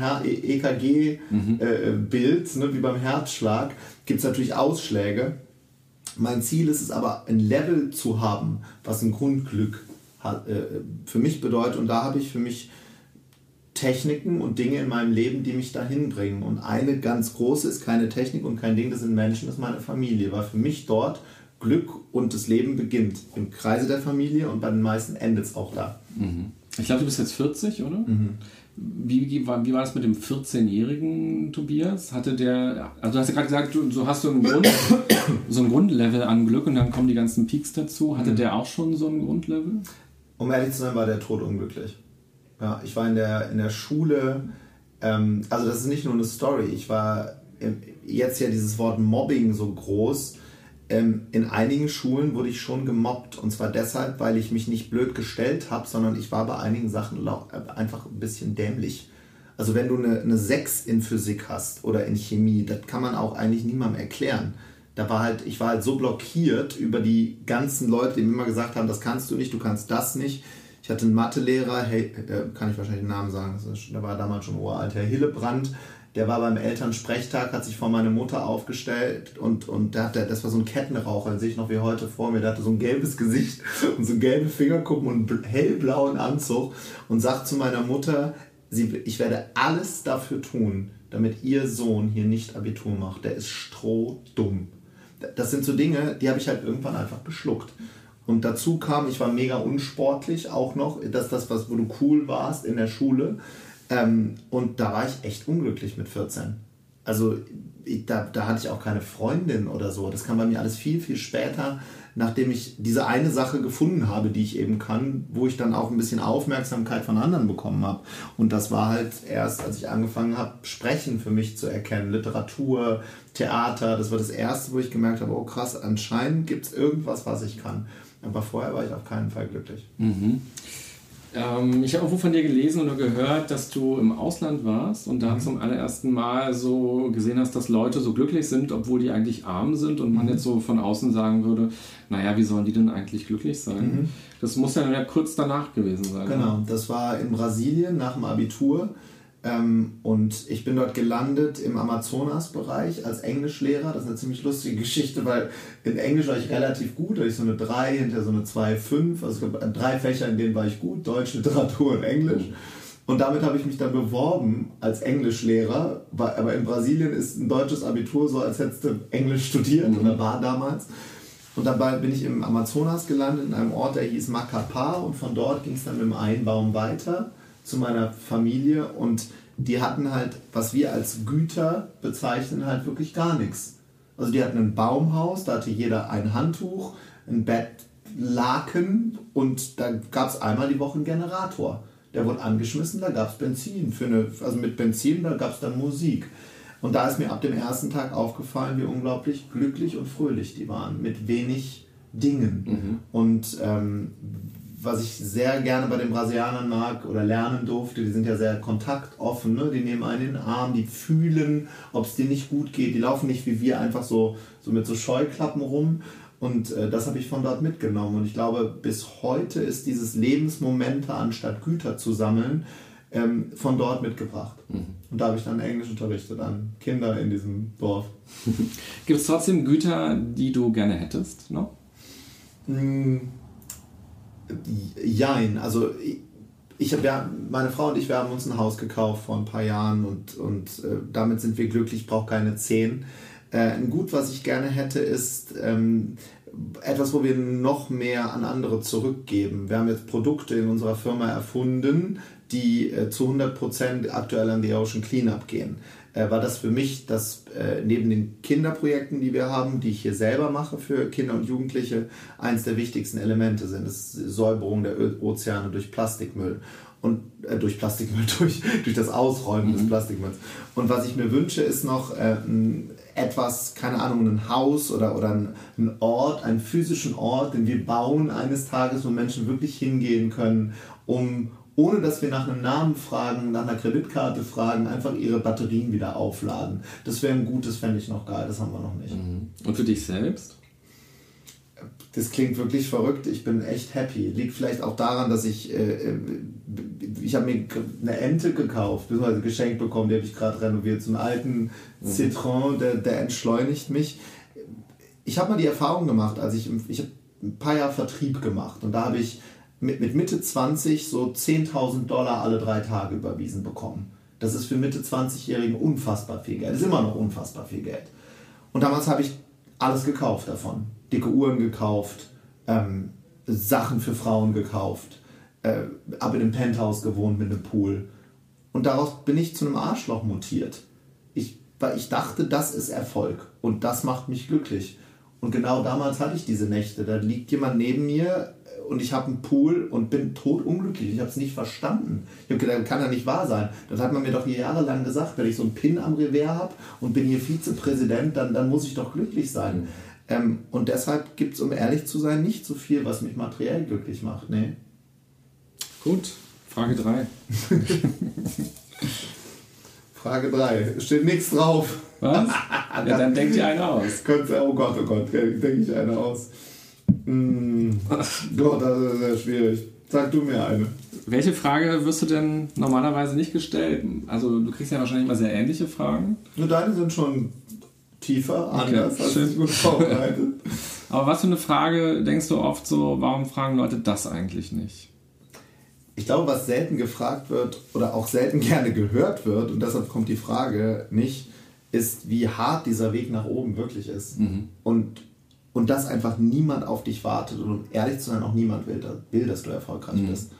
EKG-Bild, ne? Wie beim Herzschlag, gibt es natürlich Ausschläge. Mein Ziel ist es aber, ein Level zu haben, was ein Grundglück für mich bedeutet, und da habe ich für mich Techniken und Dinge in meinem Leben, die mich dahin bringen, und eine ganz große ist keine Technik und kein Ding, das sind Menschen, das ist meine Familie, weil für mich dort Glück und das Leben beginnt, im Kreise der Familie, und bei den meisten endet es auch da. Ich glaube, du bist jetzt 40, oder? Wie war das mit dem 14-jährigen Tobias? Hatte der, also du hast ja gerade gesagt, du hast so ein Grundlevel an Glück und dann kommen die ganzen Peaks dazu. Hatte der auch schon so ein Grundlevel? Um ehrlich zu sein, war der totunglücklich. Ja, ich war in der Schule, also das ist nicht nur eine Story, ich war jetzt ja dieses Wort Mobbing so groß. In einigen Schulen wurde ich schon gemobbt, und zwar deshalb, weil ich mich nicht blöd gestellt habe, sondern ich war bei einigen Sachen einfach ein bisschen dämlich. Also wenn du eine 6 in Physik hast oder in Chemie, das kann man auch eigentlich niemandem erklären. Ich war halt so blockiert über die ganzen Leute, die mir immer gesagt haben, das kannst du nicht, du kannst das nicht. Ich hatte einen Mathelehrer, kann ich wahrscheinlich den Namen sagen, der war damals schon uralt, Herr Hillebrand, der war beim Elternsprechtag, hat sich vor meine Mutter aufgestellt und das war so ein Kettenraucher, den sehe ich noch wie heute vor mir, der hatte so ein gelbes Gesicht und so gelbe Fingerkuppen und einen hellblauen Anzug und sagt zu meiner Mutter, ich werde alles dafür tun, damit ihr Sohn hier nicht Abitur macht, der ist strohdumm. Das sind so Dinge, die habe ich halt irgendwann einfach geschluckt. Und dazu kam, ich war mega unsportlich auch noch, wo du cool warst in der Schule. Und da war ich echt unglücklich mit 14. Also da hatte ich auch keine Freundin oder so. Das kam bei mir alles viel, viel später, nachdem ich diese eine Sache gefunden habe, die ich eben kann, wo ich dann auch ein bisschen Aufmerksamkeit von anderen bekommen habe. Und das war halt erst, als ich angefangen habe, Sprechen für mich zu erkennen, Literatur, Theater. Das war das Erste, wo ich gemerkt habe, oh krass, anscheinend gibt es irgendwas, was ich kann. Aber vorher war ich auf keinen Fall glücklich. Mhm. Ich habe irgendwo von dir gelesen oder gehört, dass du im Ausland warst und da zum allerersten Mal so gesehen hast, dass Leute so glücklich sind, obwohl die eigentlich arm sind und man jetzt so von außen sagen würde, naja, wie sollen die denn eigentlich glücklich sein? Das muss ja kurz danach gewesen sein. Genau, das war in Brasilien nach dem Abitur. Und ich bin dort gelandet im Amazonas-Bereich als Englischlehrer. Das ist eine ziemlich lustige Geschichte, weil in Englisch war ich relativ gut. Da hatte ich so eine 3, hinter so eine 2,5. Also es gab 3 Fächer, in denen war ich gut. Deutsch, Literatur und Englisch. Und damit habe ich mich dann beworben als Englischlehrer. Aber in Brasilien ist ein deutsches Abitur so, als hättest du Englisch studiert oder war damals. Und dabei bin ich im Amazonas gelandet, in einem Ort, der hieß Macapá. Und von dort ging es dann mit dem Einbaum weiter zu meiner Familie und die hatten halt, was wir als Güter bezeichnen, halt wirklich gar nichts. Also die hatten ein Baumhaus, da hatte jeder ein Handtuch, ein Bettlaken und da gab es einmal die Woche einen Generator. Der wurde angeschmissen, da gab es Benzin. Also mit Benzin, da gab es dann Musik. Und da ist mir ab dem ersten Tag aufgefallen, wie unglaublich glücklich und fröhlich die waren, mit wenig Dingen. Und was ich sehr gerne bei den Brasilianern mag oder lernen durfte, die sind ja sehr kontaktoffen, ne? Die nehmen einen in den Arm, die fühlen, ob es denen nicht gut geht, die laufen nicht wie wir einfach so mit so Scheuklappen rum und das habe ich von dort mitgenommen und ich glaube, bis heute ist dieses Lebensmomente anstatt Güter zu sammeln, von dort mitgebracht. Und da habe ich dann Englisch unterrichtet an Kinder in diesem Dorf. Gibt es trotzdem Güter, die du gerne hättest, noch? Jein, also meine Frau und ich, wir haben uns ein Haus gekauft vor ein paar Jahren und damit sind wir glücklich, ich brauche keine 10. Ein Gut, was ich gerne hätte, ist etwas, wo wir noch mehr an andere zurückgeben. Wir haben jetzt Produkte in unserer Firma erfunden, die zu 100% aktuell an die Ocean Cleanup gehen. War das für mich, dass neben den Kinderprojekten, die wir haben, die ich hier selber mache für Kinder und Jugendliche, eines der wichtigsten Elemente sind. Das ist die Säuberung der Ozeane durch Plastikmüll. Und durch das Ausräumen des Plastikmülls. Und was ich mir wünsche, ist noch etwas, keine Ahnung, ein Haus oder ein Ort, einen physischen Ort, den wir bauen eines Tages, wo Menschen wirklich hingehen können, ohne dass wir nach einem Namen fragen, nach einer Kreditkarte fragen, einfach ihre Batterien wieder aufladen. Das wäre ein Gutes, fände ich noch geil, das haben wir noch nicht. Und für dich selbst? Das klingt wirklich verrückt, ich bin echt happy. Liegt vielleicht auch daran, dass ich habe mir eine Ente gekauft, beziehungsweise geschenkt bekommen, die habe ich gerade renoviert, so einen alten Citroën, der entschleunigt mich. Ich habe mal die Erfahrung gemacht, ich habe ein paar Jahre Vertrieb gemacht und da habe ich mit Mitte 20 so $10.000 alle 3 Tage überwiesen bekommen. Das ist für Mitte 20-Jährigen unfassbar viel Geld. Das ist immer noch unfassbar viel Geld. Und damals habe ich alles gekauft davon. Dicke Uhren gekauft, Sachen für Frauen gekauft, habe in einem Penthouse gewohnt mit einem Pool. Und daraus bin ich zu einem Arschloch mutiert. Weil ich dachte, das ist Erfolg und das macht mich glücklich. Und genau damals hatte ich diese Nächte. Da liegt jemand neben mir und ich habe einen Pool und bin totunglücklich. Ich habe es nicht verstanden. Ich habe gedacht, das kann ja nicht wahr sein. Das hat man mir doch hier jahrelang gesagt. Wenn ich so einen Pin am Revers habe und bin hier Vizepräsident, dann muss ich doch glücklich sein. Und deshalb gibt es, um ehrlich zu sein, nicht so viel, was mich materiell glücklich macht. Nee. Gut, Frage 3. Frage 3. Steht nichts drauf. Was? Ja, dann denk dir eine aus. Oh Gott, denke ich eine aus. Gott, das ist sehr schwierig. Sag du mir eine. Welche Frage wirst du denn normalerweise nicht gestellt? Also du kriegst ja wahrscheinlich immer sehr ähnliche Fragen. Nur deine sind schon tiefer, anders, als ich gut vorbereitet. Aber was für eine Frage denkst du oft so, warum fragen Leute das eigentlich nicht? Ich glaube, was selten gefragt wird oder auch selten gerne gehört wird, und deshalb kommt die Frage nicht, ist, wie hart dieser Weg nach oben wirklich ist. Und dass einfach niemand auf dich wartet und um ehrlich zu sein, auch niemand will, dass du erfolgreich bist.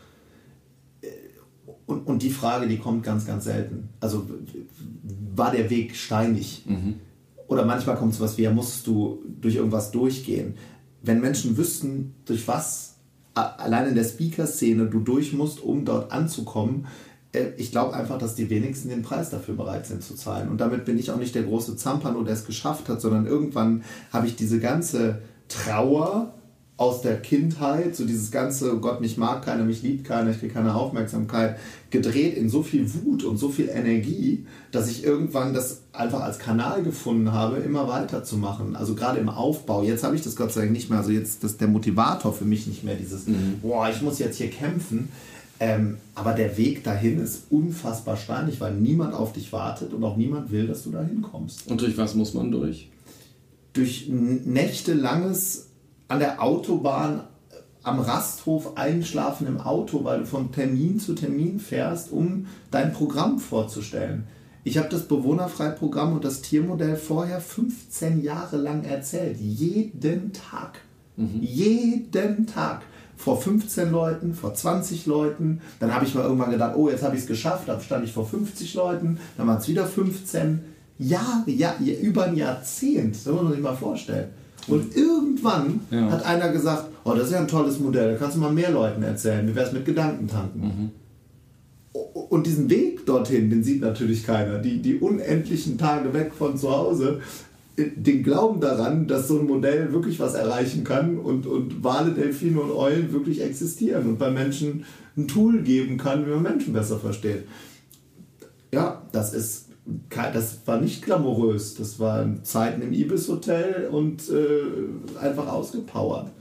Und die Frage, die kommt ganz, ganz selten. Also war der Weg steinig? Oder manchmal kommt es was wie, musstest du durch irgendwas durchgehen? Wenn Menschen wüssten, durch was allein in der Speaker-Szene du durch musst, um dort anzukommen, ich glaube einfach, dass die wenigsten den Preis dafür bereit sind zu zahlen. Und damit bin ich auch nicht der große Zampano, der es geschafft hat, sondern irgendwann habe ich diese ganze Trauer aus der Kindheit, so dieses ganze, oh Gott, mich mag keiner, mich liebt keiner, ich kriege keine Aufmerksamkeit, gedreht in so viel Wut und so viel Energie, dass ich irgendwann das einfach als Kanal gefunden habe, immer weiterzumachen. Also gerade im Aufbau. Jetzt habe ich das Gott sei Dank nicht mehr. Also jetzt ist der Motivator für mich nicht mehr dieses, ich muss jetzt hier kämpfen. Aber der Weg dahin ist unfassbar steinig, weil niemand auf dich wartet und auch niemand will, dass du da hinkommst. Und durch was muss man durch? Durch nächtelanges an der Autobahn am Rasthof einschlafen im Auto, weil du von Termin zu Termin fährst, um dein Programm vorzustellen. Ich habe das Bewohnerfrei-Programm und das Tiermodell vorher 15 Jahre lang erzählt. Jeden Tag. Jeden Tag. Vor 15 Leuten, vor 20 Leuten. Dann habe ich mal irgendwann gedacht, jetzt habe ich es geschafft. Dann stand ich vor 50 Leuten. Dann waren es wieder 15. Über ein Jahrzehnt. Das muss man sich mal vorstellen. Und irgendwann hat einer gesagt, das ist ja ein tolles Modell, da kannst du mal mehr Leuten erzählen, wie wär's mit Gedankentanken? Und diesen Weg dorthin, den sieht natürlich keiner. Die unendlichen Tage weg von zu Hause, den Glauben daran, dass so ein Modell wirklich was erreichen kann und Wale, Delfine und Eulen wirklich existieren und bei Menschen ein Tool geben kann, wie man Menschen besser versteht. Ja, das war nicht glamourös. Das waren Zeiten im Ibis-Hotel und einfach ausgepowert.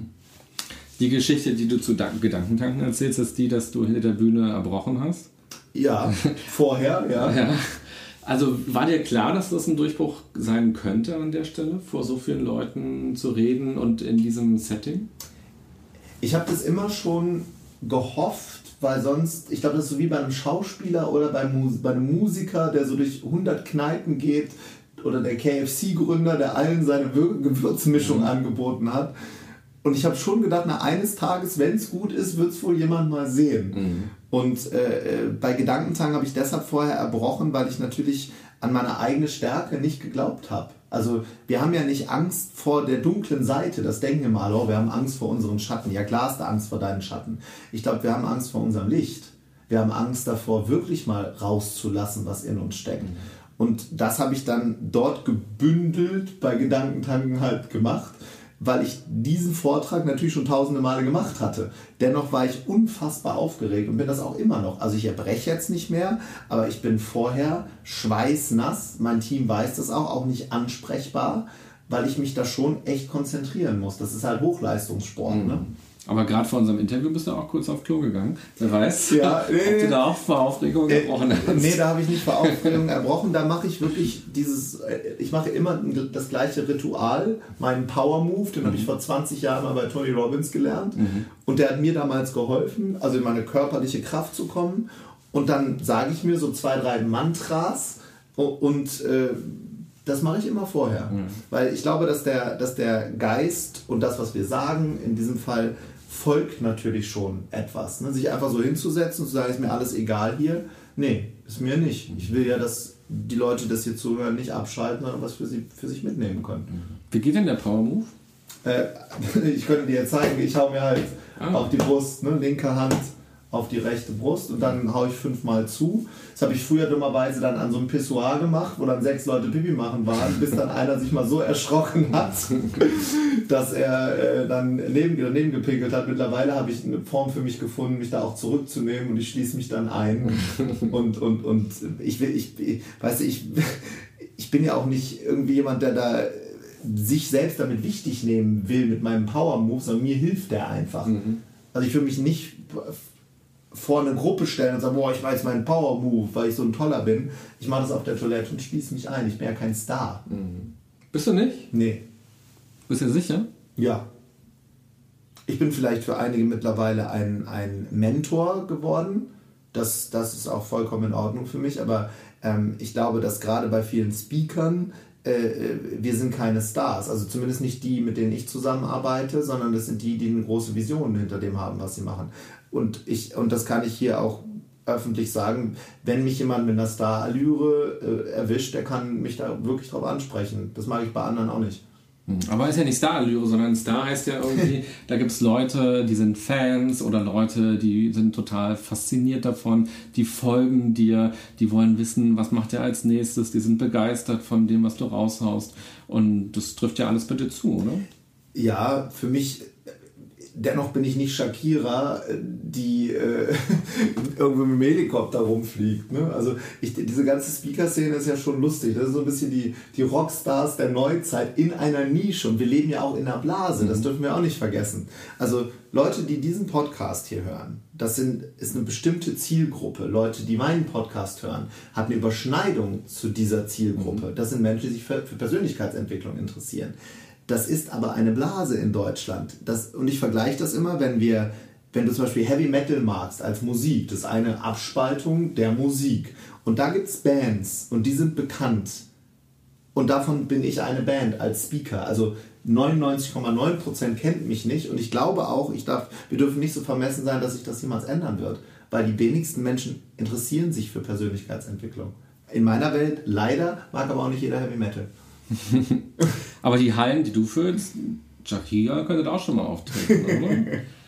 Die Geschichte, die du zu Gedankentanken erzählst, ist die, dass du hinter der Bühne erbrochen hast? Ja, vorher, ja. Also war dir klar, dass das ein Durchbruch sein könnte an der Stelle, vor so vielen Leuten zu reden und in diesem Setting? Ich habe das immer schon gehofft, weil sonst, ich glaube, das ist so wie bei einem Schauspieler oder bei einem Musiker, der so durch 100 Kneipen geht, oder der KFC-Gründer, der allen seine Gewürzmischung angeboten hat. Und ich habe schon gedacht, eines Tages, wenn es gut ist, wird es wohl jemand mal sehen. Und bei Gedankentanken habe ich deshalb vorher erbrochen, weil ich natürlich an meine eigene Stärke nicht geglaubt habe. Also wir haben ja nicht Angst vor der dunklen Seite, das denken wir mal, wir haben Angst vor unseren Schatten. Ja klar hast du Angst vor deinen Schatten. Ich glaube, wir haben Angst vor unserem Licht. Wir haben Angst davor, wirklich mal rauszulassen, was in uns steckt. Und das habe ich dann dort gebündelt bei Gedankentanken halt gemacht, weil ich diesen Vortrag natürlich schon tausende Male gemacht hatte. Dennoch war ich unfassbar aufgeregt und bin das auch immer noch. Also ich erbreche jetzt nicht mehr, aber ich bin vorher schweißnass, mein Team weiß das auch nicht ansprechbar, weil ich mich da schon echt konzentrieren muss. Das ist halt Hochleistungssport, ne? Aber gerade vor unserem Interview bist du auch kurz auf Klo gegangen. Wer weiß, ob du da auch vor Aufregung erbrochen hast. Nee, da habe ich nicht vor Aufregung erbrochen. Da mache ich wirklich ich mache immer das gleiche Ritual, meinen Power Move, den habe ich vor 20 Jahren mal bei Tony Robbins gelernt. Und der hat mir damals geholfen, also in meine körperliche Kraft zu kommen. Und dann sage ich mir so 2, 3 Mantras und das mache ich immer vorher. Weil ich glaube, dass der Geist und das, was wir sagen, in diesem Fall folgt natürlich schon etwas. Ne? Sich einfach so hinzusetzen und zu sagen, ist mir alles egal hier. Nee, ist mir nicht. Ich will ja, dass die Leute das hier zuhören, nicht abschalten, sondern was für sich mitnehmen können. Wie geht denn der Power Move? Ich könnte dir zeigen, ich hau mir halt auf die Brust, ne? Linke Hand auf die rechte Brust und dann haue ich 5-mal zu. Das habe ich früher dummerweise dann an so einem Pissoir gemacht, wo dann 6 Leute Pipi machen waren, bis dann einer sich mal so erschrocken hat, dass er dann daneben gepinkelt hat. Mittlerweile habe ich eine Form für mich gefunden, mich da auch zurückzunehmen und ich schließe mich dann ein. Und ich bin ja auch nicht irgendwie jemand, der da sich selbst damit wichtig nehmen will mit meinem Power-Move, sondern mir hilft der einfach. Also ich will mich nicht vor eine Gruppe stellen und sagen, boah, ich weiß meinen Power-Move, weil ich so ein Toller bin. Ich mache das auf der Toilette und schließe mich ein. Ich bin ja kein Star. Bist du nicht? Nee. Bist du sicher? Ja. Ich bin vielleicht für einige mittlerweile ein Mentor geworden. Das ist auch vollkommen in Ordnung für mich, aber ich glaube, dass gerade bei vielen Speakern wir sind keine Stars, also zumindest nicht die, mit denen ich zusammenarbeite, sondern das sind die eine große Vision hinter dem haben, was sie machen. Und das kann ich hier auch öffentlich sagen, wenn mich jemand mit einer Star-Allüre erwischt, der kann mich da wirklich drauf ansprechen. Das mag ich bei anderen auch nicht. Aber ist ja nicht Star-Allüre, sondern Star heißt ja irgendwie, da gibt es Leute, die sind Fans oder Leute, die sind total fasziniert davon, die folgen dir, die wollen wissen, was macht er als nächstes, die sind begeistert von dem, was du raushaust und das trifft ja alles bei dir zu, oder? Ja, für mich, dennoch bin ich nicht Shakira, die irgendwo mit dem Helikopter rumfliegt. Ne? Also diese ganze Speaker-Szene ist ja schon lustig. Das ist so ein bisschen die Rockstars der Neuzeit in einer Nische. Und wir leben ja auch in einer Blase. Das dürfen wir auch nicht vergessen. Also Leute, die diesen Podcast hier hören, ist eine bestimmte Zielgruppe. Leute, die meinen Podcast hören, haben eine Überschneidung zu dieser Zielgruppe. Das sind Menschen, die sich für Persönlichkeitsentwicklung interessieren. Das ist aber eine Blase in Deutschland. Und ich vergleiche das immer, wenn du zum Beispiel Heavy Metal magst als Musik, das ist eine Abspaltung der Musik. Und da gibt es Bands und die sind bekannt. Und davon bin ich eine Band als Speaker. Also 99,9% kennt mich nicht. Und ich glaube auch, wir dürfen nicht so vermessen sein, dass sich das jemals ändern wird. Weil die wenigsten Menschen interessieren sich für Persönlichkeitsentwicklung. In meiner Welt leider mag aber auch nicht jeder Heavy Metal. Aber die Hallen, die du füllst, Shakira könnte da auch schon mal auftreten, oder?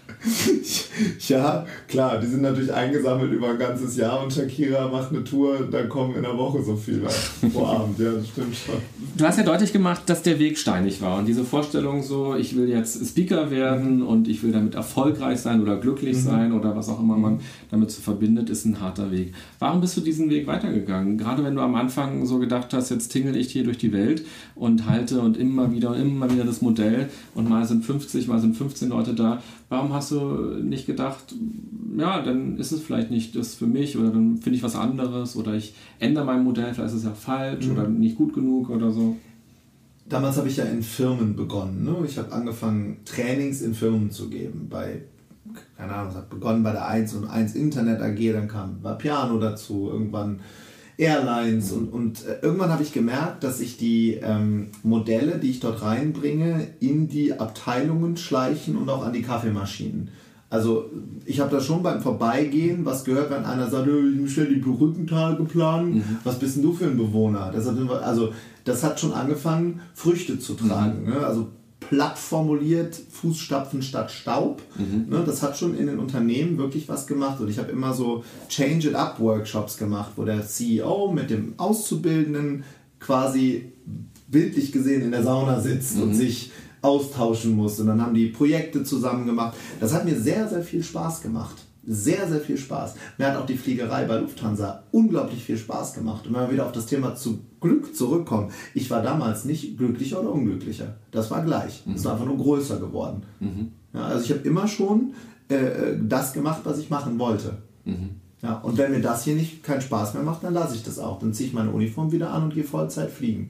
Ja, klar, die sind natürlich eingesammelt über ein ganzes Jahr und Shakira macht eine Tour, dann kommen in der Woche so viele pro Abend, ja, das stimmt schon. Du hast ja deutlich gemacht, dass der Weg steinig war und diese Vorstellung so, ich will jetzt Speaker werden und ich will damit erfolgreich sein oder glücklich sein oder was auch immer man damit so verbindet, ist ein harter Weg. Warum bist du diesen Weg weitergegangen? Gerade wenn du am Anfang so gedacht hast, jetzt tingel ich hier durch die Welt und halte und immer wieder das Modell und mal sind 50, mal sind 15 Leute da. Warum hast du nicht gedacht, ja, dann ist es vielleicht nicht das für mich oder dann finde ich was anderes oder ich ändere mein Modell, vielleicht ist es ja falsch oder nicht gut genug oder so? Damals habe ich ja in Firmen begonnen. Ne? Ich habe angefangen, Trainings in Firmen zu geben. Keine Ahnung, es hat begonnen bei der 1 und 1 Internet AG, dann kam Piano dazu, irgendwann Airlines und irgendwann habe ich gemerkt, dass ich die Modelle, die ich dort reinbringe, in die Abteilungen schleichen und auch an die Kaffeemaschinen. Also ich habe da schon beim Vorbeigehen was gehört, wenn einer sagt, ich muss schnell die Brückentage planen, was bist denn du für ein Bewohner? Also das hat schon angefangen, Früchte zu tragen. Ne? Also platt formuliert, Fußstapfen statt Staub. Ne, das hat schon in den Unternehmen wirklich was gemacht. Und ich habe immer so Change-it-up-Workshops gemacht, wo der CEO mit dem Auszubildenden quasi bildlich gesehen in der Sauna sitzt und sich austauschen muss. Und dann haben die Projekte zusammen gemacht. Das hat mir sehr, sehr viel Spaß gemacht. Sehr, sehr viel Spaß. Mir hat auch die Fliegerei bei Lufthansa unglaublich viel Spaß gemacht. Und wenn wir wieder auf das Thema zu Glück zurückkommen, ich war damals nicht glücklicher oder unglücklicher. Das war gleich. Es ist einfach nur größer geworden. Ja, also ich habe immer schon das gemacht, was ich machen wollte. Ja, und wenn mir das hier nicht keinen Spaß mehr macht, dann lasse ich das auch. Dann ziehe ich meine Uniform wieder an und gehe Vollzeit fliegen.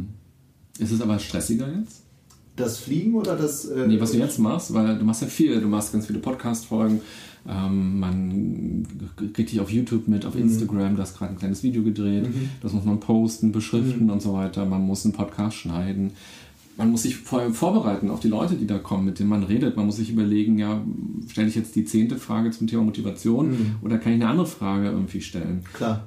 Ist es aber stressiger jetzt? Das Fliegen oder das... nee, was du jetzt machst, weil du machst ja viel. Du machst ganz viele Podcast-Folgen. Man kriegt dich auf YouTube mit, auf Instagram. Du hast gerade ein kleines Video gedreht. Das muss man posten, beschriften und so weiter. Man muss einen Podcast schneiden. Man muss sich vorbereiten auf die Leute, die da kommen, mit denen man redet. Man muss sich überlegen, ja, stelle ich jetzt die 10. Frage zum Thema Motivation oder kann ich eine andere Frage irgendwie stellen? Klar.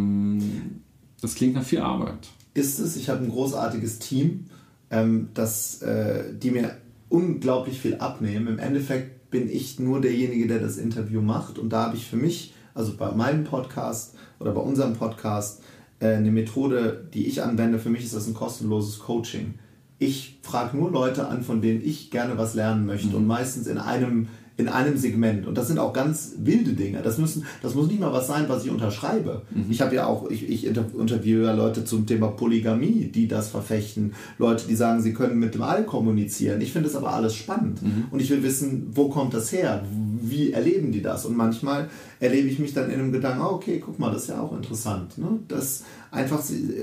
Das klingt nach viel Arbeit. Ist es. Ich habe ein großartiges Team, die mir unglaublich viel abnehmen. Im Endeffekt bin ich nur derjenige, der das Interview macht. Und da habe ich für mich, also bei meinem Podcast oder bei unserem Podcast, eine Methode, die ich anwende. Für mich ist das ein kostenloses Coaching. Ich frage nur Leute an, von denen ich gerne was lernen möchte und meistens in einem Segment. Und das sind auch ganz wilde Dinge. Das muss nicht mal was sein, was ich unterschreibe. Ich habe ja auch, ich interviewe ja Leute zum Thema Polygamie, die das verfechten. Leute, die sagen, sie können mit dem All kommunizieren. Ich finde das aber alles spannend. Und ich will wissen, wo kommt das her? Wie erleben die das? Und manchmal erlebe ich mich dann in einem Gedanken, okay, guck mal, das ist ja auch interessant. Ne? Das einfach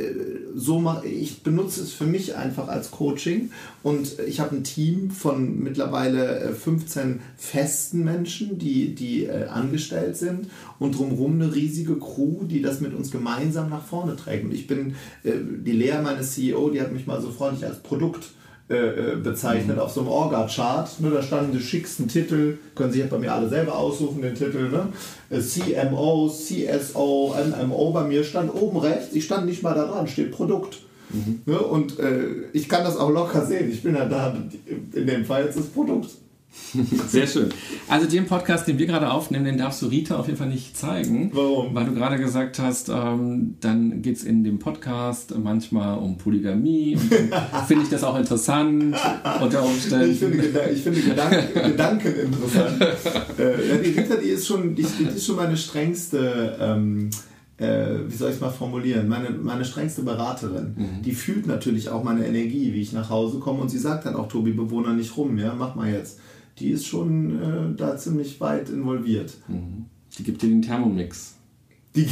so mache ich, benutze es für mich einfach als Coaching und ich habe ein Team von mittlerweile 15 festen Menschen, die angestellt sind und drumherum eine riesige Crew, die das mit uns gemeinsam nach vorne trägt. Und ich bin, die Lea, meine CEO, die hat mich mal so freundlich als Produkt bezeichnet auf so einem Orga-Chart. Ne, da standen die schicksten Titel, können sich ja bei mir alle selber aussuchen, den Titel. Ne? CMO, CSO, MMO, bei mir stand oben rechts, ich stand nicht mal da dran, steht Produkt. Ne? Und ich kann das auch locker sehen. Ich bin ja da, in dem Fall jetzt das Produkt. Sehr schön. Also den Podcast, den wir gerade aufnehmen, den darfst du Rita auf jeden Fall nicht zeigen. Warum? Weil du gerade gesagt hast, dann geht es in dem Podcast manchmal um Polygamie. Und dann finde ich das auch interessant unter Umständen. Ich finde Gedanken interessant. Die Rita, die ist schon meine strengste, wie soll ich es mal formulieren, meine strengste Beraterin. Die fühlt natürlich auch meine Energie, wie ich nach Hause komme und sie sagt dann auch, Tobi, bewohner nicht rum, ja, mach mal jetzt. Die ist schon da ziemlich weit involviert. Die gibt dir den Thermomix. Die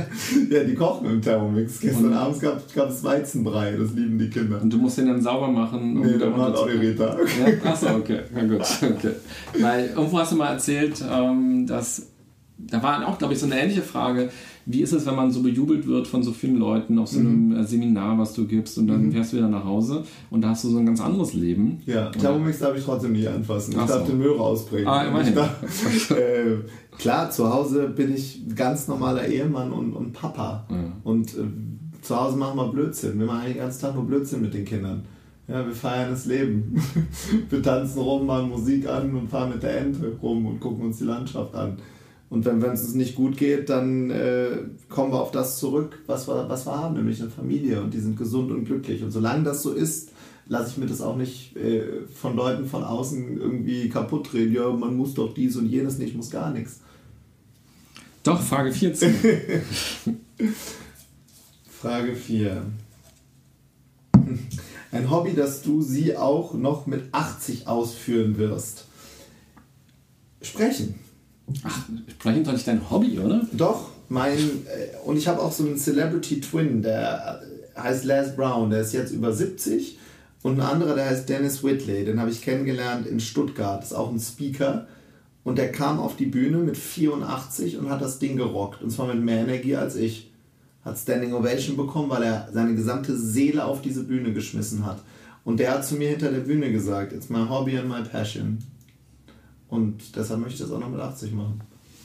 kocht mit dem Thermomix. Gestern abends gab es Weizenbrei, das lieben die Kinder. Und du musst den dann sauber machen? Nee, dann macht auch die Rita. Ja? Achso, okay. Na gut. Okay. Weil irgendwo hast du mal erzählt, dass da war auch, glaube ich, so eine ähnliche Frage. Wie ist es, wenn man so bejubelt wird von so vielen Leuten auf so einem Seminar, was du gibst und dann fährst du wieder nach Hause und da hast du so ein ganz anderes Leben. Ja, Thermomix darf ich trotzdem nie anfassen. Ich darf den Müll rausbringen. Immerhin. Klar, zu Hause bin ich ganz normaler Ehemann und Papa. Ja. Und zu Hause machen wir Blödsinn. Wir machen den ganzen Tag nur Blödsinn mit den Kindern. Ja, wir feiern das Leben. Wir tanzen rum, machen Musik an und fahren mit der Ente rum und gucken uns die Landschaft an. Und wenn es uns nicht gut geht, dann kommen wir auf das zurück, was wir haben, nämlich eine Familie und die sind gesund und glücklich. Und solange das so ist, lasse ich mir das auch nicht von Leuten von außen irgendwie kaputt reden. Ja, man muss doch dies und jenes nicht, muss gar nichts. Doch, Frage 14. Frage 4. Ein Hobby, das du sie auch noch mit 80 ausführen wirst. Sprechen. Ach, sprechen doch nicht dein Hobby, oder? Doch, und ich habe auch so einen Celebrity Twin, der heißt Les Brown, der ist jetzt über 70 und ein anderer, der heißt Dennis Whitley, den habe ich kennengelernt in Stuttgart, ist auch ein Speaker und der kam auf die Bühne mit 84 und hat das Ding gerockt und zwar mit mehr Energie als ich. Hat Standing Ovation bekommen, weil er seine gesamte Seele auf diese Bühne geschmissen hat und der hat zu mir hinter der Bühne gesagt, it's my hobby and my passion. Und deshalb möchte ich das auch noch mit 80 machen.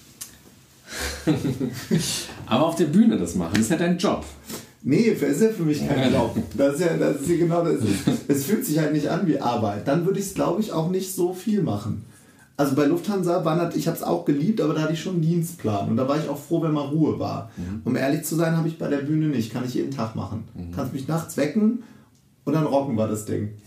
Aber auf der Bühne das machen, das ist ja dein Job. Nee, ist ja für mich kein Job. Das ist ja genau das. Es fühlt sich halt nicht an wie Arbeit. Dann würde ich es, glaube ich, auch nicht so viel machen. Also bei Lufthansa ich habe es auch geliebt, aber da hatte ich schon einen Dienstplan. Und da war ich auch froh, wenn mal Ruhe war. Um ehrlich zu sein, habe ich bei der Bühne nicht. Kann ich jeden Tag machen. Kannst mich nachts wecken und dann rocken wir das Ding.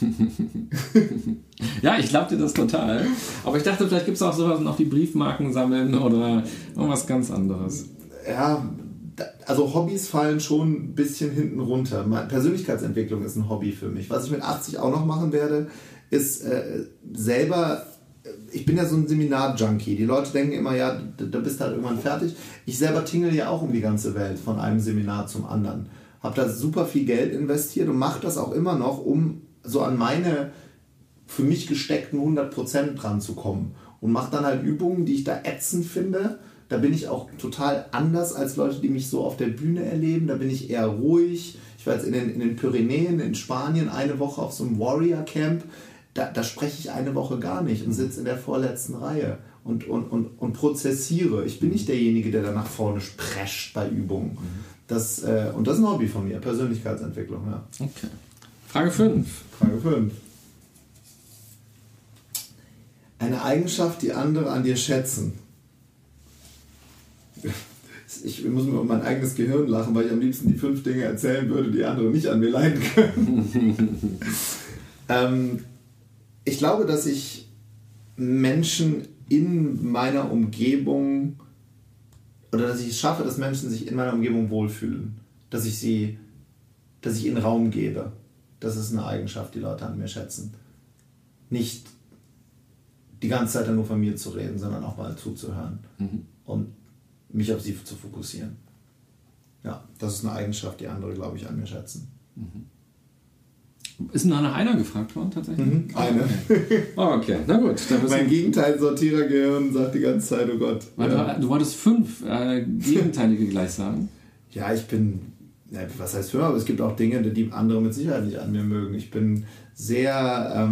Ja, ich glaube dir das total. Aber ich dachte, vielleicht gibt es auch sowas noch wie Briefmarken sammeln oder irgendwas ganz anderes. Ja, also Hobbys fallen schon ein bisschen hinten runter. Persönlichkeitsentwicklung ist ein Hobby für mich. Was ich mit 80 auch noch machen werde, ist selber... Ich bin ja so ein Seminar-Junkie. Die Leute denken immer, ja, da bist du halt irgendwann fertig. Ich selber tingle ja auch um die ganze Welt, von einem Seminar zum anderen. Habe da super viel Geld investiert und mache das auch immer noch, um so an meine für mich gesteckten 100% dran zu kommen. Und mache dann halt Übungen, die ich da ätzend finde. Da bin ich auch total anders als Leute, die mich so auf der Bühne erleben. Da bin ich eher ruhig. Ich war jetzt in den Pyrenäen in Spanien eine Woche auf so einem Warrior Camp. Da spreche ich eine Woche gar nicht und sitze in der vorletzten Reihe und prozessiere. Ich bin nicht derjenige, der da nach vorne prescht bei Übungen. Und das ist ein Hobby von mir, Persönlichkeitsentwicklung. Ja. Okay. Frage 5. Frage 5. Eine Eigenschaft, die andere an dir schätzen. Ich muss mir um mein eigenes Gehirn lachen, weil ich am liebsten die 5 Dinge erzählen würde, die andere nicht an mir leiden können. Ich glaube, dass ich Menschen in meiner Umgebung oder dass ich es schaffe, dass Menschen sich in meiner Umgebung wohlfühlen. Dass ich ihnen Raum gebe. Das ist eine Eigenschaft, die Leute an mir schätzen. Nicht die ganze Zeit nur von mir zu reden, sondern auch mal zuzuhören und mich auf sie zu fokussieren. Ja, das ist eine Eigenschaft, die andere, glaube ich, an mir schätzen. Ist nur nach einer gefragt worden, tatsächlich? Eine. Okay, na gut. Mein Gegenteil-Sortierergehirn sagt die ganze Zeit, oh Gott. Du wolltest 5 gegenteilige gleich sagen? Ja, was heißt 5, aber es gibt auch Dinge, die andere mit Sicherheit nicht an mir mögen. Ich bin sehr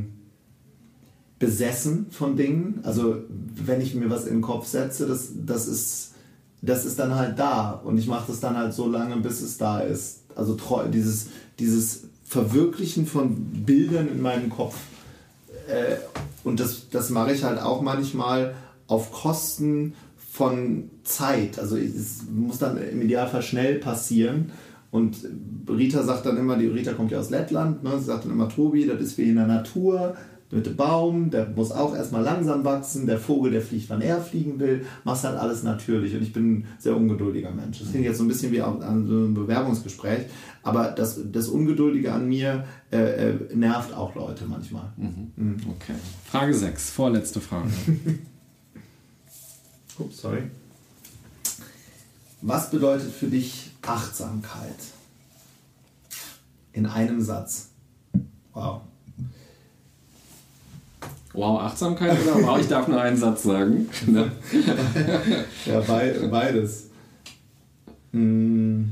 besessen von Dingen. Also wenn ich mir was in den Kopf setze, das ist dann halt da. Und ich mache das dann halt so lange, bis es da ist. Also dieses Verwirklichen von Bildern in meinem Kopf. Und das mache ich halt auch manchmal auf Kosten von Zeit. Also es muss dann im Idealfall schnell passieren. Und Rita sagt dann immer, die Rita kommt ja aus Lettland, ne? Sie sagt dann immer, Tobi, das ist wie in der Natur. Mit dem Baum, der muss auch erstmal langsam wachsen, der Vogel, der fliegt, wann er fliegen will, machst halt alles natürlich und ich bin ein sehr ungeduldiger Mensch. Das klingt jetzt so ein bisschen wie an so einem Bewerbungsgespräch, aber das Ungeduldige an mir nervt auch Leute manchmal. Okay. Frage 6, vorletzte Frage. Ups, sorry. Was bedeutet für dich Achtsamkeit? In einem Satz. Wow. Wow, Achtsamkeit oder wow, ich darf nur einen Satz sagen? Ne? Ja, beides. Im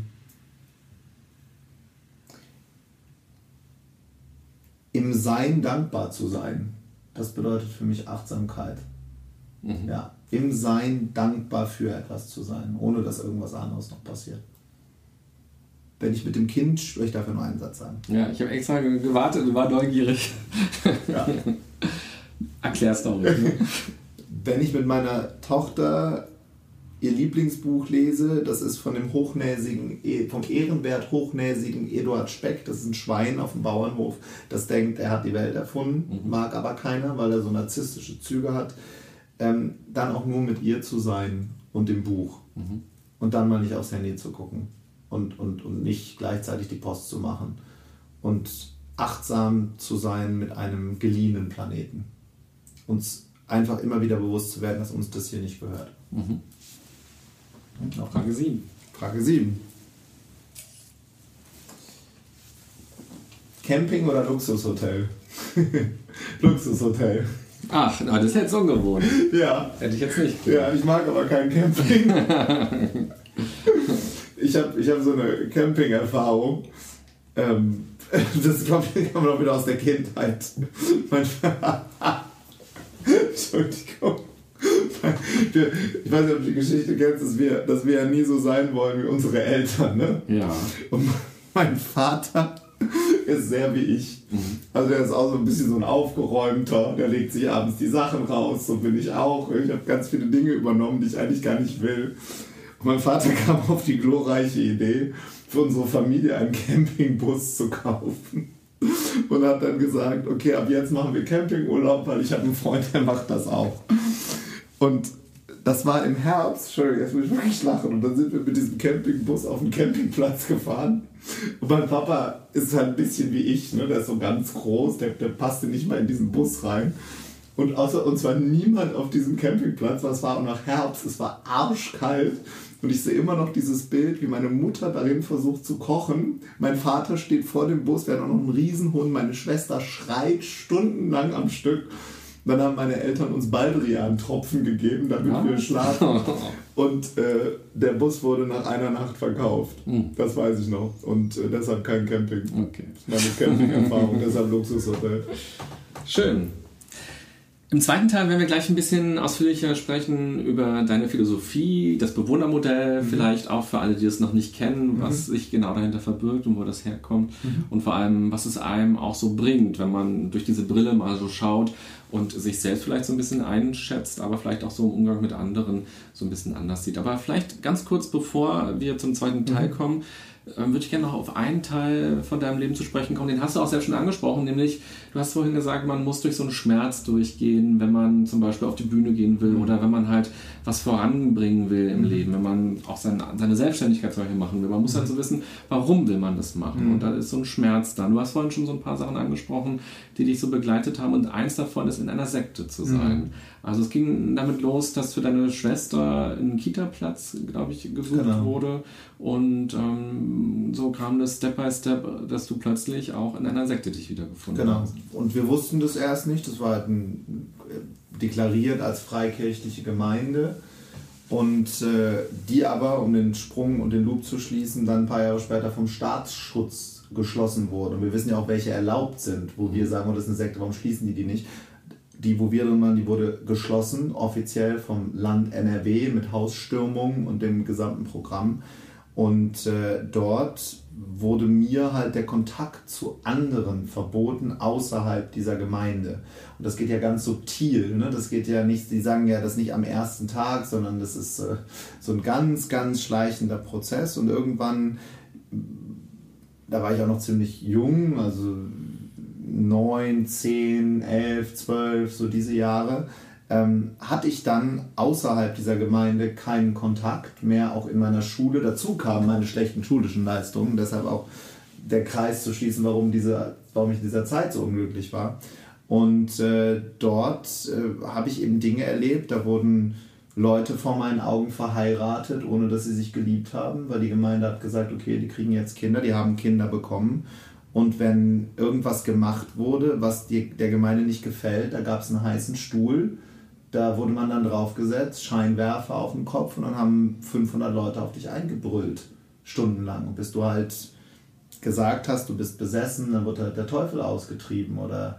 Sein dankbar zu sein. Das bedeutet für mich Achtsamkeit. Ja, im Sein dankbar für etwas zu sein, ohne dass irgendwas anderes noch passiert. Wenn ich mit dem Kind spreche, ich darf ja nur einen Satz sagen. Ja, ich habe extra gewartet und war neugierig. Ja. Erklär's doch ruhig. Ne? Wenn ich mit meiner Tochter ihr Lieblingsbuch lese, das ist vom ehrenwert hochnäsigen Eduard Speck, das ist ein Schwein auf dem Bauernhof, das denkt, er hat die Welt erfunden, mag aber keiner, weil er so narzisstische Züge hat, dann auch nur mit ihr zu sein und dem Buch. Und dann mal nicht aufs Handy zu gucken und nicht gleichzeitig die Post zu machen und achtsam zu sein mit einem geliehenen Planeten. Uns einfach immer wieder bewusst zu werden, dass uns das hier nicht gehört. Frage 7. Frage 7. Camping oder Luxushotel? Luxushotel. Ach, na, das ist jetzt ungewohnt. Ja. Hätte ich jetzt nicht. Ja, ich mag aber kein Camping. Ich hab so eine Camping-Erfahrung. Das glaube ich, kann man auch wieder aus der Kindheit. Entschuldigung. Ich weiß nicht, ob du die Geschichte kennst, dass wir ja nie so sein wollen wie unsere Eltern, ne? Ja. Und mein Vater ist sehr wie ich. Also der ist auch so ein bisschen so ein Aufgeräumter, der legt sich abends die Sachen raus, so bin ich auch. Ich habe ganz viele Dinge übernommen, die ich eigentlich gar nicht will. Und mein Vater kam auf die glorreiche Idee, für unsere Familie einen Campingbus zu kaufen. Und hat dann gesagt, okay, ab jetzt machen wir Campingurlaub, weil ich habe einen Freund, der macht das auch. Und das war im Herbst, Entschuldigung, jetzt muss ich wirklich lachen. Und dann sind wir mit diesem Campingbus auf den Campingplatz gefahren. Und mein Papa ist halt ein bisschen wie ich, ne? Der ist so ganz groß, der passte nicht mal in diesen Bus rein. Und außer uns war niemand auf diesem Campingplatz, weil es war auch noch Herbst, es war arschkalt. Und ich sehe immer noch dieses Bild, wie meine Mutter darin versucht zu kochen. Mein Vater steht vor dem Bus, wir haben auch noch einen Riesenhund, meine Schwester schreit stundenlang am Stück. Dann haben meine Eltern uns Baldrian-Tropfen gegeben, damit wir schlafen. Und der Bus wurde nach einer Nacht verkauft. Das weiß ich noch. Und deshalb kein Camping. Okay. Das ist meine Camping-Erfahrung, deshalb Luxushotel. Schön. Im zweiten Teil werden wir gleich ein bisschen ausführlicher sprechen über deine Philosophie, das Bewohnermodell, vielleicht auch für alle, die es noch nicht kennen, was sich genau dahinter verbirgt und wo das herkommt und vor allem, was es einem auch so bringt, wenn man durch diese Brille mal so schaut und sich selbst vielleicht so ein bisschen einschätzt, aber vielleicht auch so im Umgang mit anderen so ein bisschen anders sieht. Aber vielleicht ganz kurz, bevor wir zum zweiten Teil kommen, würde ich gerne noch auf einen Teil von deinem Leben zu sprechen kommen. Den hast du auch selbst schon angesprochen, nämlich, du hast vorhin gesagt, man muss durch so einen Schmerz durchgehen, wenn man zum Beispiel auf die Bühne gehen will oder wenn man halt was voranbringen will im Leben, wenn man auch seine Selbstständigkeit zum Beispiel machen will. Man muss halt so wissen, warum will man das machen? Und da ist so ein Schmerz da. Du hast vorhin schon so ein paar Sachen angesprochen, die dich so begleitet haben und eins davon ist, in einer Sekte zu sein. Also es ging damit los, dass für deine Schwester ein Kita-Platz, glaube ich, gesucht wurde und so kam das Step by Step, dass du plötzlich auch in einer Sekte dich wiedergefunden hast. Und wir wussten das erst nicht, das war halt deklariert als freikirchliche Gemeinde und die aber, um den Sprung und den Loop zu schließen, dann ein paar Jahre später vom Staatsschutz geschlossen wurde. Und wir wissen ja auch, welche erlaubt sind, wo wir sagen, oh, das ist eine Sekte, warum schließen die nicht? Die, wo wir drin waren, die wurde geschlossen, offiziell vom Land NRW mit Hausstürmungen und dem gesamten Programm. Und dort wurde mir halt der Kontakt zu anderen verboten außerhalb dieser Gemeinde. Und das geht ja ganz subtil, ne? Das geht ja nicht, die sagen ja das nicht am ersten Tag, sondern das ist so ein ganz, ganz schleichender Prozess. Und irgendwann, da war ich auch noch ziemlich jung, also 9, 10, 11, 12, so diese Jahre, hatte ich dann außerhalb dieser Gemeinde keinen Kontakt mehr, auch in meiner Schule. Dazu kamen meine schlechten schulischen Leistungen, deshalb auch der Kreis zu schließen, warum ich in dieser Zeit so unglücklich war. Und dort habe ich eben Dinge erlebt, da wurden Leute vor meinen Augen verheiratet, ohne dass sie sich geliebt haben, weil die Gemeinde hat gesagt, okay, die kriegen jetzt Kinder, die haben Kinder bekommen. Und wenn irgendwas gemacht wurde, was der Gemeinde nicht gefällt, da gab es einen heißen Stuhl, da wurde man dann draufgesetzt, Scheinwerfer auf den Kopf und dann haben 500 Leute auf dich eingebrüllt, stundenlang. Und bis du halt gesagt hast, du bist besessen, dann wird halt der Teufel ausgetrieben. Oder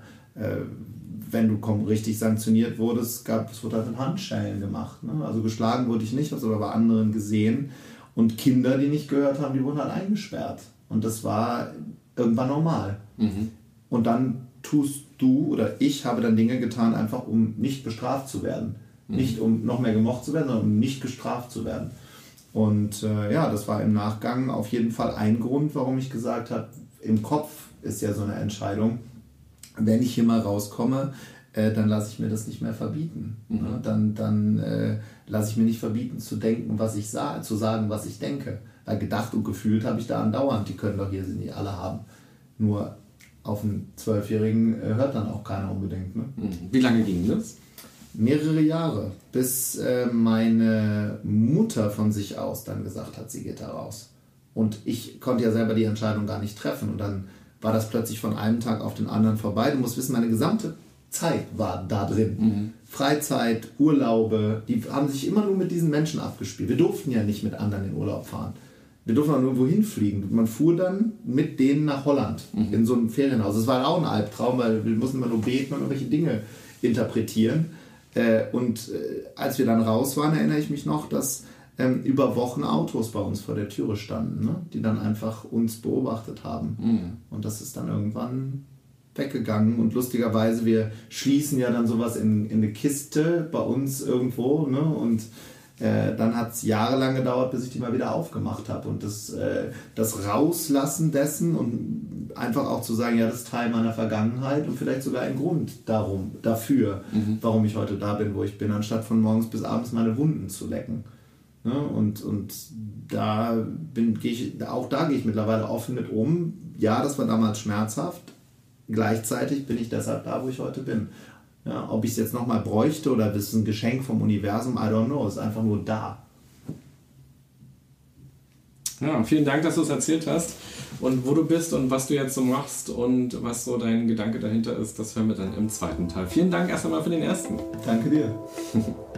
wenn du richtig sanktioniert wurdest, es wurde halt mit Handschellen gemacht. Ne? Also geschlagen wurde ich nicht, das habe aber bei anderen gesehen. Und Kinder, die nicht gehört haben, die wurden halt eingesperrt. Und das war irgendwann normal. Und dann tust du oder ich habe dann Dinge getan, einfach um nicht bestraft zu werden. Nicht um noch mehr gemocht zu werden, sondern um nicht gestraft zu werden. Und das war im Nachgang auf jeden Fall ein Grund, warum ich gesagt habe, im Kopf ist ja so eine Entscheidung, wenn ich hier mal rauskomme, dann lasse ich mir das nicht mehr verbieten. Ne? Dann lasse ich mir nicht verbieten zu denken, zu sagen, was ich denke. Weil gedacht und gefühlt habe ich da andauernd, die können doch hier sie nicht alle haben. Nur auf einen 12-Jährigen hört dann auch keiner unbedingt. Ne? Wie lange ging das? Mehrere Jahre, bis meine Mutter von sich aus dann gesagt hat, sie geht da raus. Und ich konnte ja selber die Entscheidung gar nicht treffen. Und dann war das plötzlich von einem Tag auf den anderen vorbei. Du musst wissen, meine gesamte Zeit war da drin. Freizeit, Urlaube, die haben sich immer nur mit diesen Menschen abgespielt. Wir durften ja nicht mit anderen in Urlaub fahren. Wir durften auch nirgendwo hinfliegen. Man fuhr dann mit denen nach Holland, in so einem Ferienhaus. Das war auch ein Albtraum, weil wir mussten immer nur beten und irgendwelche Dinge interpretieren. Als wir dann raus waren, erinnere ich mich noch, dass über Wochen Autos bei uns vor der Türe standen, ne? Die dann einfach uns beobachtet haben. Und das ist dann irgendwann weggegangen. Und lustigerweise, wir schließen ja dann sowas in eine Kiste bei uns irgendwo, ne? Und dann hat es jahrelang gedauert, bis ich die mal wieder aufgemacht habe. Und das Rauslassen dessen und einfach auch zu sagen, ja, das ist Teil meiner Vergangenheit und vielleicht sogar ein Grund dafür, warum ich heute da bin, wo ich bin, anstatt von morgens bis abends meine Wunden zu lecken. Ne? Und da gehe ich mittlerweile offen mit um. Ja, das war damals schmerzhaft. Gleichzeitig bin ich deshalb da, wo ich heute bin. Ja, ob ich es jetzt nochmal bräuchte oder das ist ein Geschenk vom Universum, I don't know, es ist einfach nur da. Ja, vielen Dank, dass du es erzählt hast und wo du bist und was du jetzt so machst und was so dein Gedanke dahinter ist, das hören wir dann im zweiten Teil. Vielen Dank erst einmal für den ersten. Danke dir.